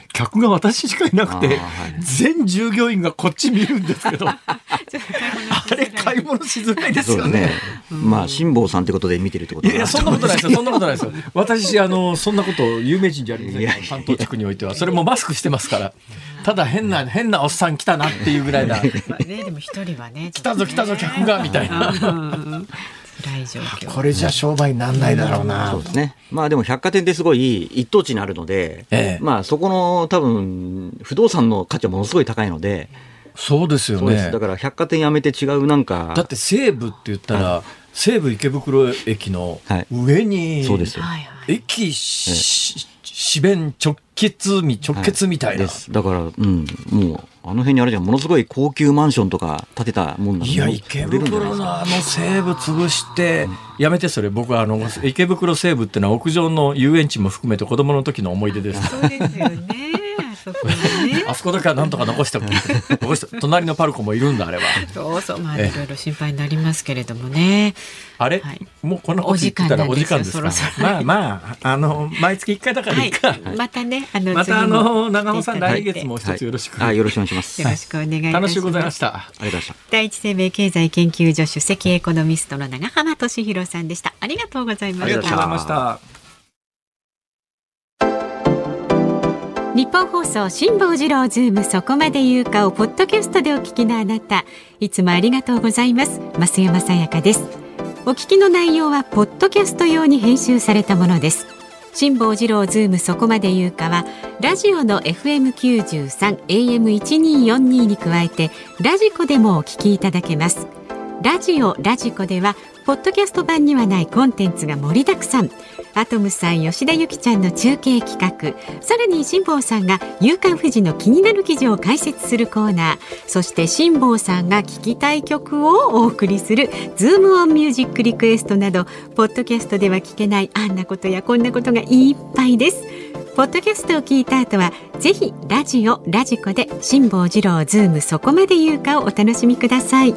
客が私しかいなくて、はい、全従業員がこっち見るんですけどあれ買い物しづらいですよね。 まあ辛坊さんってことで見てるってこと。 いやそんなことないですよそんなことないですよ私あのそんなこと有名人じゃありませんから関東地区においてはそれもマスクしてますから。ただ変な変なおっさん来たなっていうぐらいな、まあね、でも一人はね来たぞ来たぞ客がみたいな辛い状況。これじゃ商売にならないだろうな。 そうですね。まあでも百貨店ってすごい一等地にあるので、ええ、まあそこの多分不動産の価値はものすごい高いので。 そうですよね。 だから百貨店やめて違うなんか。 だって西武って言ったら、はい、西武池袋駅の上に、はい、 そうですよ。 駅四弁直結み直結みたいな、はい、ですだから、うん、もうあの辺にあるじゃんものすごい高級マンションとか建てたもんなんで。 いや池袋のあの西武潰してやめて。それ僕はあの池袋西武ってのは屋上の遊園地も含めて子供の時の思い出です。 そうですよねそこね、 あそこだけはなんとか残しておく残して隣のパルコもいるんだあれは。 そうそう、まあいろいろ心配になりますけれどもね。 あれ、はい、もうこんなこと言ってたらお時間ですか。まあまああの毎月いっかいだからいいか、はい、 またねあのまたあの長尾さん来月も一つよろしく、 はいはい、よろしくお願いします。 よろしくお願いいたします。 楽しゅうございました。 ありがとうございました。 第一生命経済研究所首席エコノミストの長浜俊弘さんでした。ありがとうございました。 ありがとうございました。 日本放送辛坊治郎ズームそこまで言うかをポッドキャストでお聞きのあなた、いつもありがとうございます。増山さやかです。お聞きの内容はポッドキャスト用に編集されたものです。辛坊治郎ズームそこまで言うかはラジオの エフエムきゅうじゅうさん エーエムせんにひゃくよんじゅうに に加えてラジコでもお聞きいただけます。ラジオラジコではポッドキャスト版にはないコンテンツが盛りだくさん。アトムさん吉田ゆきちゃんの中継企画、さらに辛坊さんが夕刊フジの気になる記事を解説するコーナー、そして辛坊さんが聴きたい曲をお送りするズームオンミュージックリクエストなど、ポッドキャストでは聞けないあんなことやこんなことがいっぱいです。ポッドキャストを聞いた後はぜひラジオラジコで辛坊治郎ズームそこまで言うかをお楽しみください。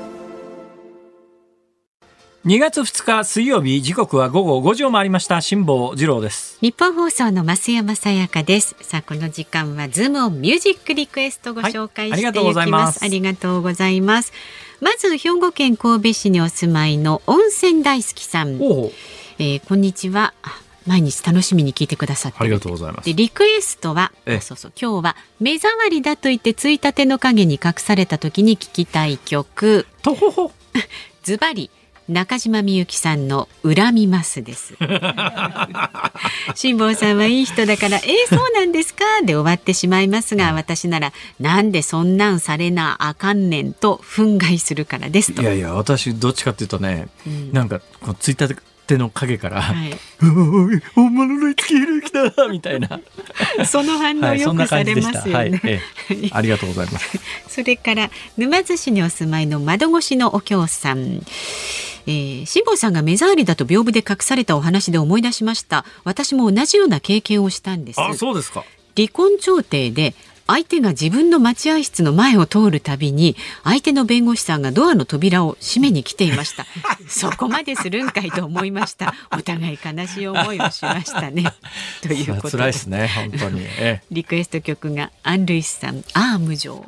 にがつふつか水曜日、時刻は午後ごじを回りました。辛坊治郎です。 日本放送の増山さやかです。さあこの時間はズームオンミュージックリクエストご紹介していきます。はい、ありがとうございます。ありがとうございます。まず兵庫県神戸市にお住まいの温泉大好きさん、えー、こんにちは。毎日楽しみに聞いてくださってありがとうございます。 でリクエストはそうそう今日は目障りだと言ってついたての影に隠された時に聴きたい曲とほほズバリ中島みゆきさんの恨みますです辛坊さんはいい人だからえー、そうなんですかで終わってしまいますが、私ならなんでそんなんされなあかんねんと憤慨するからですと。 いやいや私どっちかっていうとね、うん、なんかこうツイッター手の影から、はい、おい本物の五木ひろゆきだみたいなその反応よくされますよね、はいはいええ、ありがとうございますそれから沼津市にお住まいの窓越しのお京さん、えー、辛坊さんが目障りだと屏風で隠されたお話で思い出しました。私も同じような経験をしたんです。 あ、そうですか。 離婚調停で相手が自分の待合室の前を通るたびに相手の弁護士さんがドアの扉を閉めに来ていましたそこまでするんかいと思いました。お互い悲しい思いをしましたねということで辛いですね本当に、ええ、 リクエスト曲がアン・ルイスさんアーム城、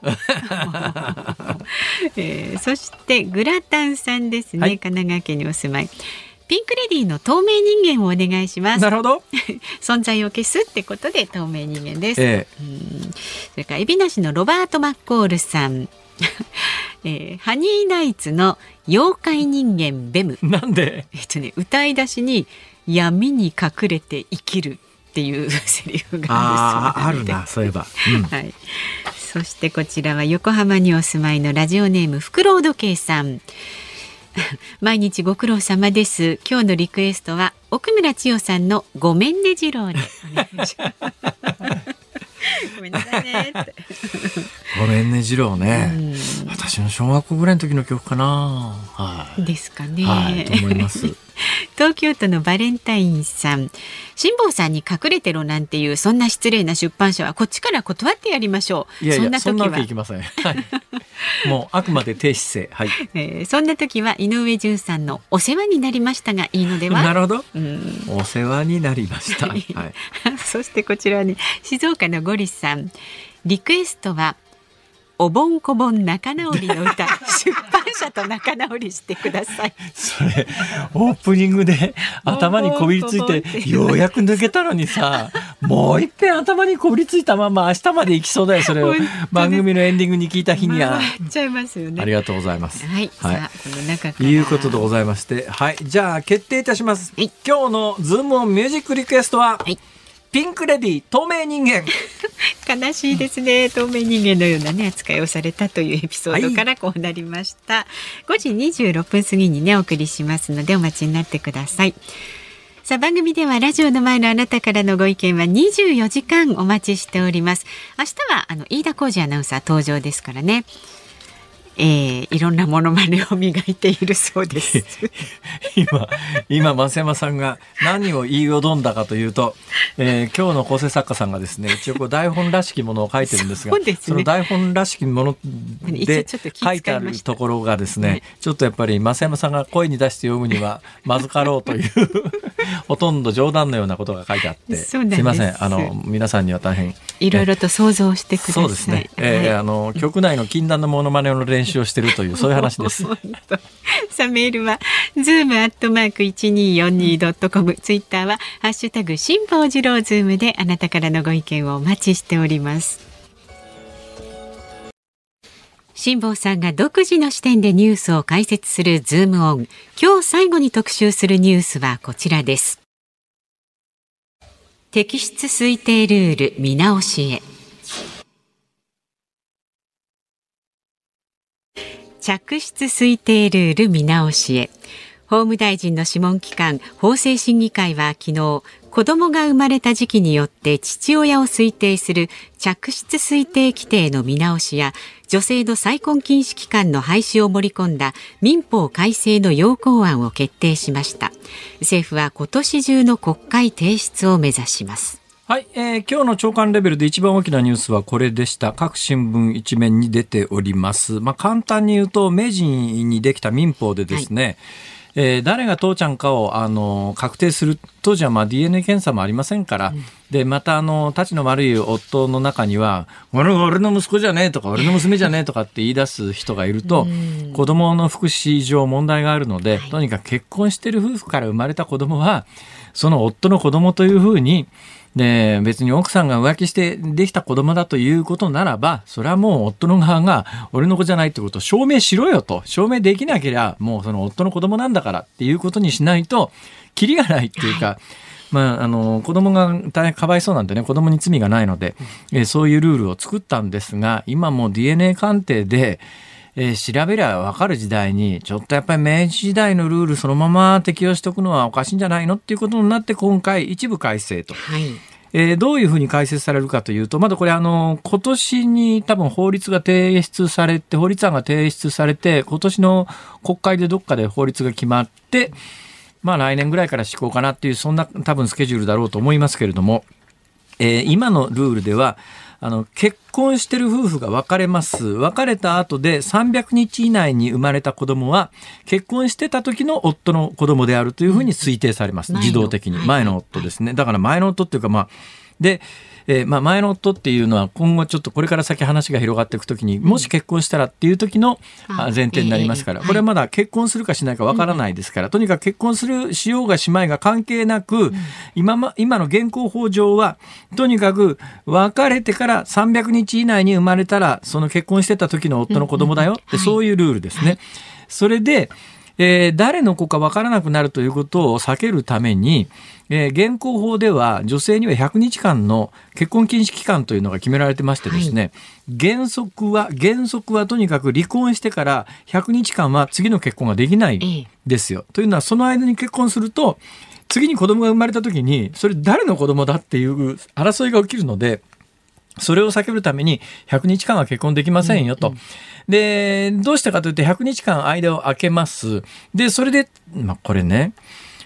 えー、そしてグラタンさんですね、はい、神奈川県にお住まいピンクレディーの透明人間をお願いします。 なるほど存在を消すってことで透明人間です、 ええ、 うんそれから海老名市のロバート・マッコールさん、えー、ハニーナイツの妖怪人間ベム。 なんで、 えっとね、歌い出しに闇に隠れて生きるっていうセリフがあるそうなんで。あ、あるなそういえば、うんはい、そしてこちらは横浜にお住まいのラジオネームフクロウ時計さん毎日ご苦労様です。今日のリクエストは奥村千代さんのごめんね次郎でお願いしますごめんなさいねってごめんね次郎ね、うん、私の小学校ぐらいの時の曲かな、はい、 ですかね、 はい、と思います東京都のバレンタインさん、辛坊さんに隠れてろなんていうそんな失礼な出版社はこっちから断ってやりましょう。 いやいや、 そんな時はそんなわけいきません、はい、もうあくまで低姿勢、はい。 えー、そんな時は井上順さんのお世話になりましたがいいのでは。 なるほど、 うん、 お世話になりました、はい、 そしてこちらね、静岡のゴリさん、リクエストはおぼんこぼん仲直りの歌出版社と仲直りしてください。 それオープニングで頭にこびりついてようやく抜けたのにさ、もう一遍頭にこびりついたまま明日まで行きそうだよ。それを番組のエンディングに聞いた日には回っちゃいますよね。 ありがとうございます。 はい、はい、さあこの中からいうことでございまして、はい、じゃあ決定いたします、はい、今日のズームオンミュージックリクエストは、はい、ピンクレディ透明人間悲しいですね。透明人間のような、ね、扱いをされたというエピソードからこうなりました、はい、ごじにじゅうろっぷん過ぎにねお送りしますのでお待ちになってください。さあ番組ではラジオの前のあなたからのご意見はにじゅうよじかんお待ちしております。明日はあの飯田浩司アナウンサー登場ですからね、えー、いろんなモノマネを磨いているそうです今今増山さんが何を言いよどんだかというと、えー、今日の構成作家さんがですね、一応こう台本らしきものを書いてるんですが、 そ, ね、その台本らしきもので書いてあるところがですね、はい、ちょっとやっぱり増山さんが声に出して読むにはまずかろうというほとんど冗談のようなことが書いてあって、すいません、あの皆さんには大変いろいろと想像してください。 そうですね、えーはい、あの局内の禁断のモノマネの練習をしているというそういう話ですさあメールは ズームアットマークいちにーよんにードットコム、 ツイッターはハッシュタグ辛坊治郎ズームであなたからのご意見をお待ちしております。辛坊さんが独自の視点でニュースを解説するズームオン。今日最後に特集するニュースはこちらです。摘出推定ルール見直しへ。嫡出推定ルール見直しへ。法務大臣の諮問機関法制審議会は昨日、子どもが生まれた時期によって父親を推定する嫡出推定規定の見直しや、女性の再婚禁止期間の廃止を盛り込んだ民法改正の要綱案を決定しました。政府は今年中の国会提出を目指します。 はい、えー、今日の朝刊レベルで一番大きなニュースはこれでした。各新聞一面に出ております。まあ、簡単に言うと明治にできた民法でですね、はい、えー、誰が父ちゃんかをあの確定する、当時はまあ ディーエヌエー 検査もありませんから、うん、でまたあのたちの悪い夫の中には俺, 俺の息子じゃねえとか俺の娘じゃねえとかって言い出す人がいると、うん、子供の福祉上問題があるので、はい、とにかく結婚している夫婦から生まれた子供はその夫の子供というふうに、で別に奥さんが浮気してできた子供だということならば、それはもう夫の側が俺の子じゃないってことを証明しろよと、証明できなければもうその夫の子供なんだからっていうことにしないとキリがないっていうか、はい、まあ、あの子供が大変かわいそうなんでね、子供に罪がないので、えー、そういうルールを作ったんですが、今もう ディーエヌエー 鑑定でえー、調べりゃ分かる時代にちょっとやっぱり明治時代のルールそのまま適用しておくのはおかしいんじゃないのっていうことになって、今回一部改正と、はい、えー、どういうふうに改正されるかというと、まだこれあの今年に多分法律が提出されて、法律案が提出されて、今年の国会でどっかで法律が決まって、まあ来年ぐらいから施行かなっていう、そんな多分スケジュールだろうと思いますけれども、えー、今のルールではあの結婚してる夫婦が別れます。別れた後でさんびゃくにち以内に生まれた子供は結婚してた時の夫の子供であるというふうに推定されます。自動的に前の夫ですね。だから前の夫っていうか、まあで、えーまあ、前の夫っていうのは今後ちょっとこれから先話が広がっていくときに、もし結婚したらっていう時の前提になりますから、これはまだ結婚するかしないかわからないですから、とにかく結婚するしようがしまいが関係なく、今ま今の現行法上はとにかく別れてからさんびゃくにち以内に生まれたらその結婚してた時の夫の子供だよって、そういうルールですね。それでえー、誰の子か分からなくなるということを避けるために、えー、現行法では女性にはひゃくにちかんの結婚禁止期間というのが決められてましてですね、はい、原則は原則はとにかく離婚してからひゃくにちかんは次の結婚ができないんですよ。ええ、というのはその間に結婚すると次に子供が生まれた時にそれ誰の子供だっていう争いが起きるので、それを避けるためにひゃくにちかんは結婚できませんよと。うんうん、で、どうしたかというとひゃくにちかん間を空けます。で、それで、まあ、これね、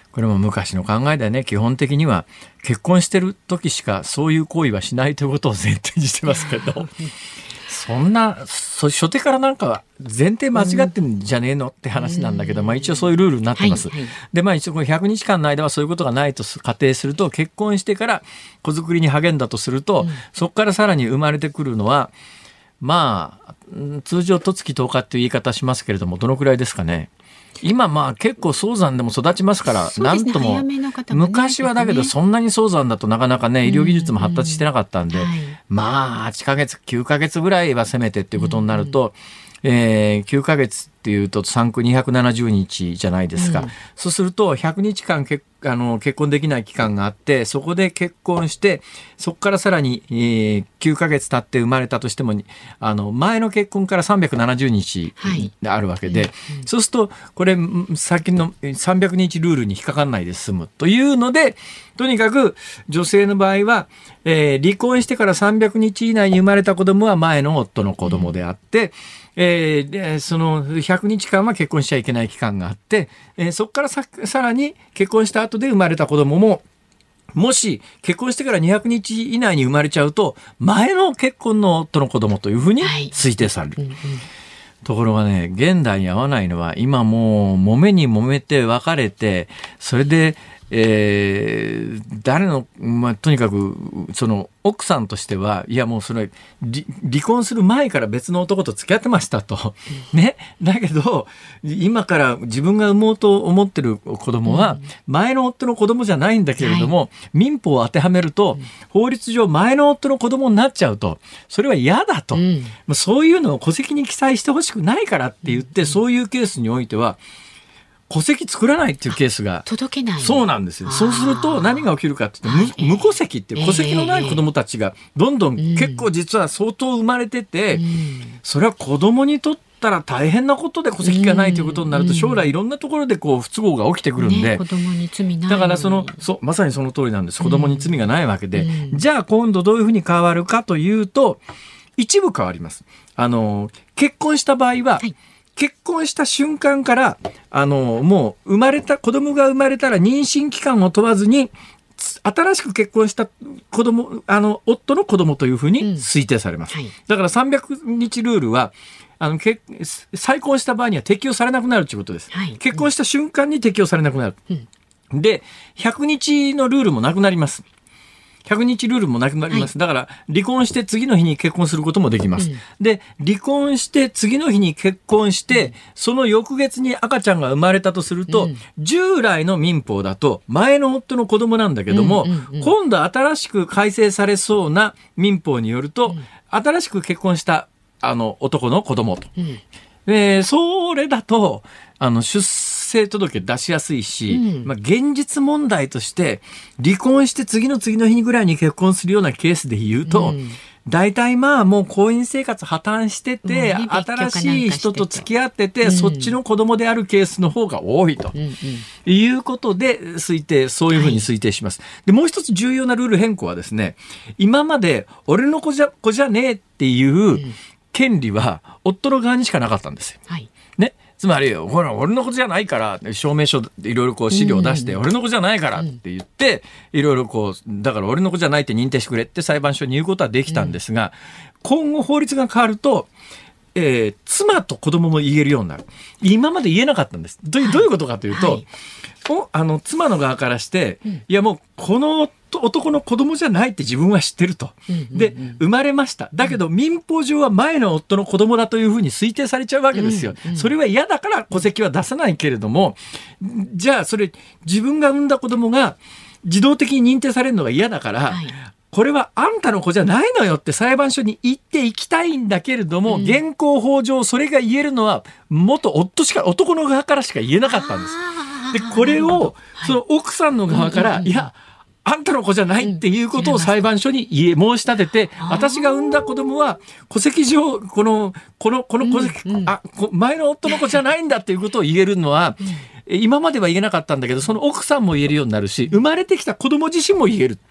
これも昔の考えだよね。基本的には結婚してる時しかそういう行為はしないということを前提にしてますけどそんなそ初手からなんか前提間違ってんじゃねえのって話なんだけど、うん、まあ、一応そういうルールになってます、はいはい、でまあ一応これひゃくにちかんの間はそういうことがないと仮定すると、結婚してから子作りに励んだとすると、うん、そこからさらに生まれてくるのはまあ通常十月とおかっていう言い方しますけれども、どのくらいですかね。今まあ結構早産でも育ちますから、なんとも、昔はだけどそんなに早産だとなかなかね、医療技術も発達してなかったんで、まあはちかげつきゅうかげつぐらいはせめてっていうことになると、えー、きゅうかげつっていうと産区にひゃくななじゅうにちじゃないですか、うん、そうするとひゃくにちかん結あの結婚できない期間があって、そこで結婚してそこからさらに、えー、きゅうかげつ経って生まれたとしても、あの前の結婚からさんびゃくななじゅうにちあるわけで、はい、うん、そうするとこれ先のさんびゃくにちルールに引っかかんないで済むというので、とにかく女性の場合は、えー、離婚してからさんびゃくにち以内に生まれた子供は前の夫の子供であって、うん、えー、でそのひゃくにちかんは結婚しちゃいけない期間があって、えー、そこから さ, さらに結婚した後で生まれた子供も、もし結婚してからにひゃくにち以内に生まれちゃうと前の結婚の夫の子供というふうに推定される、はい、うんうん、ところがね、現代に合わないのは、今もう揉めに揉めて別れて、それでえー、誰の、まあ、とにかくその奥さんとしては、いやもうそれ 離, 離婚する前から別の男と付き合ってましたと、ね、だけど今から自分が産もうと思ってる子供は前の夫の子供じゃないんだけれども、はい、民法を当てはめると法律上前の夫の子供になっちゃうと、それは嫌だと、うん、そういうのを戸籍に記載してほしくないからって言って、そういうケースにおいては戸籍作らないっていうケースが届けない。 そうなんですよ。そうすると何が起きるかって言って、無戸籍っていう戸籍のない子どもたちがどんどん結構実は相当生まれてて、うん、それは子どもにとったら大変なことで戸籍がないということになると、将来いろんなところでこう不都合が起きてくるんで、ね、 子供に罪ない。 だからそのそうまさにその通りなんです。子どもに罪がないわけで、うん、じゃあ今度どういうふうに変わるかというと、一部変わります。あの結婚した場合は、はい、結婚した瞬間からあのもう生まれた子供が生まれたら妊娠期間を問わずに新しく結婚した子供あの夫の子供というふうに推定されます、うん、はい、だからさんびゃくにちルールはあのけ再婚した場合には適用されなくなるということです、はい、結婚した瞬間に適用されなくなる、うん、でひゃくにちのルールもなくなります。ひゃくにちルールもなくなります、はい、だから離婚して次の日に結婚することもできます、うん、で離婚して次の日に結婚して、うん、その翌月に赤ちゃんが生まれたとすると、うん、従来の民法だと前の夫の子供なんだけども、うんうんうん、今度新しく改正されそうな民法によると、うん、新しく結婚したあの男の子供と、うん、でそれだとあの出生届出しやすいし、うん、まあ、現実問題として離婚して次の次の日ぐらいに結婚するようなケースで言うと、うん、大体まあもう婚姻生活破綻してて、ね、新しい人と付き合ってて、うん、そっちの子供であるケースの方が多いと、うんうん、いうことで推定そういうふうに推定します、はい、でもう一つ重要なルール変更はですね、今まで俺の子じゃ、子じゃねえっていう権利は夫の側にしかなかったんですよ、はい、ね、つまりほら俺の子じゃないから証明書いろいろこう資料を出して、うん、俺の子じゃないからって言っていろいろこうだから俺の子じゃないって認定してくれって裁判所に言うことはできたんですが、うん、今後法律が変わると、えー、妻と子供も言えるようになる。今まで言えなかったんです。どういう、どういうことかというと、はい、おあの妻の側からして、うん、いやもうこの男の子供じゃないって自分は知ってると、うんうんうん、で生まれました。だけど民法上は前の夫の子供だというふうに推定されちゃうわけですよ、うんうん、それは嫌だから戸籍は出さないけれども、じゃあそれ自分が産んだ子供が自動的に認定されるのが嫌だから、はい、これはあんたの子じゃないのよって裁判所に言っていきたいんだけれども、うん、現行法上それが言えるのは元夫しか男の側からしか言えなかったんです。でこれをその奥さんの側から、はい、いやあんたの子じゃないっていうことを裁判所に言え申し立てて、私が産んだ子供は戸籍上このこのこの戸籍、うんうん、あ前の夫の子じゃないんだっていうことを言えるのは、うん、今までは言えなかったんだけど、その奥さんも言えるようになるし、生まれてきた子供自身も言える。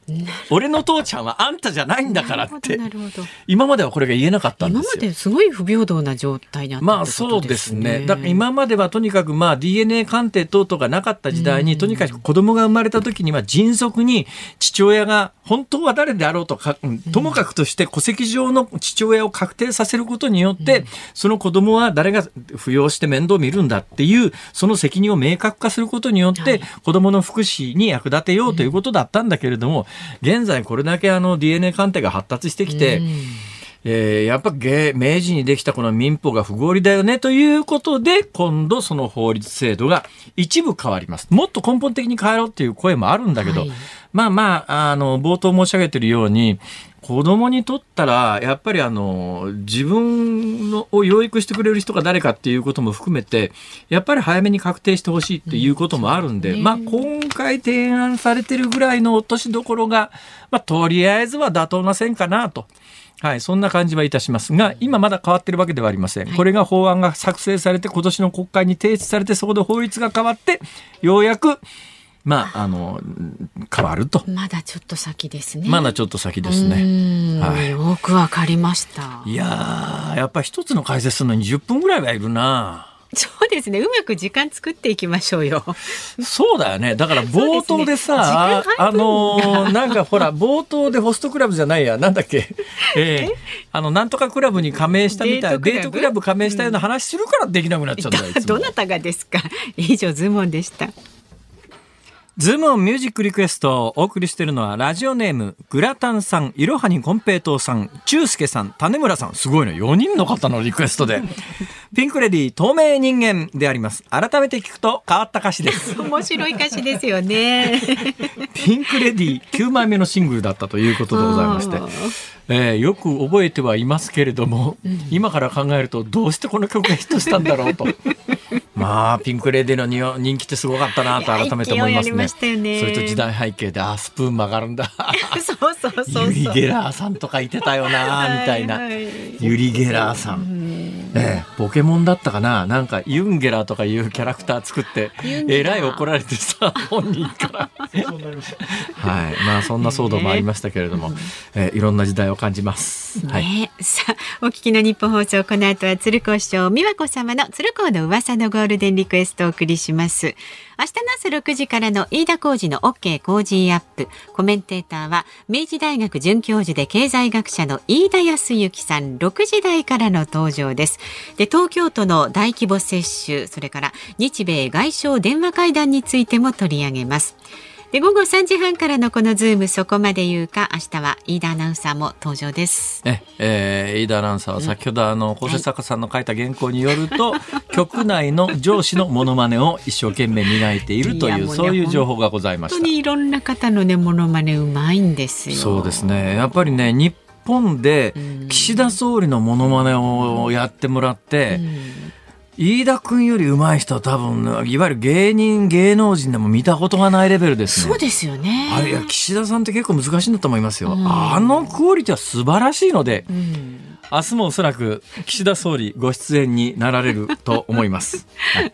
俺の父ちゃんはあんたじゃないんだからって今まではこれが言えなかったんですよ。 今まですごい不平等な状態になったってことですね。 まあそうですね。だから今まではとにかくまあ ディーエヌエー 鑑定等々がなかった時代に、とにかく子供が生まれた時には迅速に父親が本当は誰であろうとか、ともかくとして戸籍上の父親を確定させることによって、うん、その子供は誰が扶養して面倒を見るんだっていうその責任を明確化することによって、はい、子供の福祉に役立てようということだったんだけれども、うん、現在これだけあの ディーエヌエー 鑑定が発達してきて、うん、えー、やっぱ明治にできたこの民法が不合理だよねということで、今度その法律制度が一部変わります。もっと根本的に変えろっていう声もあるんだけど、はい、まあまあ、あの冒頭申し上げているように、子供にとったらやっぱりあの自分のを養育してくれる人が誰かっていうことも含めて、やっぱり早めに確定してほしいっていうこともあるんで、うん、まあ今回提案されてるぐらいの落としどころが、まあとりあえずは妥当な線かなと。はい、そんな感じはいたしますが、今まだ変わってるわけではありません。これが法案が作成されて今年の国会に提出されて、そこで法律が変わってようやくまあ、あの変わると。 まだちょっと先ですね。 まだちょっと先ですね。 はい、よくわかりました。 いややっぱり一つの解説するのにじゅっぷんぐらいはいるな。 そうですね。うまく時間作っていきましょうよ。 そうだよね。だから冒頭でさ、でね、あのなんかほら冒頭でホストクラブじゃないや、なんだっけ、えー、あのなんとかクラブに加盟したみたいな、デートクラブ加盟したような話するからできなくなっちゃった、うん、 どなたがですか。以上ズームオンでした。 ズームオンミュージックリクエストをお送りしているのは、ラジオネームグラタンさん、いろはにこんぺいとうさん、ちゅうすけさん、種村さん。すごいね、よにんの方のリクエストでピンクレディー透明人間であります。改めて聞くと変わった歌詞です。 面白い歌詞ですよね。 ピンクレディーきゅうまいめのシングルだったということでございまして、えー、よく覚えてはいますけれども、うん、今から考えるとどうしてこの曲がヒットしたんだろうとまあピンクレディーの人気ってすごかったなと改めて思います ね, ましたよね。それと時代背景であスプーン曲がるんだそうそうそうそう、 ユリ・ゲラーさんとかいてたよなみたいな、はいはい、ユリ・ゲラーさん、うんえー、ポケモンだったかな、なんかユンゲラーとかいうキャラクター作ってえらい怒られてさ本人からはい、まあそんな騒動もありましたけれども、ねえー、いろんな時代を感じます、 ねはい、 さあお聞きの日本放送、この後は鶴光師匠美和子様の鶴光の噂のゴールデンリクエストをお送りします。明日の朝ろくじからの飯田浩司の OK 工事アップ、コメンテーターは明治大学准教授で経済学者の飯田康之さん、ろくじ台からの登場です。で、東京都の大規模接種、それから日米外相電話会談についても取り上げます。で、午後さんじはんからのこのズームそこまで言うか、明日は飯田アナウンサーも登場です。 え、えー、飯田アナウンサーは先ほどあの構成作家さんの書いた原稿によると、はい、局内の上司のモノマネを一生懸命磨いているという、そういう情報がございました。 本当にいろんな方のねモノマネうまいんですよ。 そうですね。やっぱりね、日本で岸田総理のモノマネをやってもらって、うん飯田君より上手い人は多分いわゆる芸人芸能人でも見たことがないレベルですね。 そうですよね。 あれ、いや岸田さんって結構難しいんだと思いますよ、うん、あのクオリティは素晴らしいので、うん、明日もおそらく岸田総理ご出演になられると思います、はい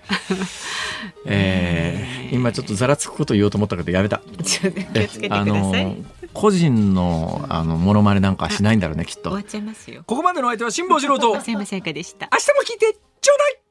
えー、今ちょっとざらつくこと言おうと思ったけどやめた。 ちょっと気をつけてください。あの個人のあのモノマネなんかはしないんだろうね、きっと。 終わっちゃいますよ。 ここまでの相手は辛坊治郎と松山さやかでした。 明日も聞いてちょうだい。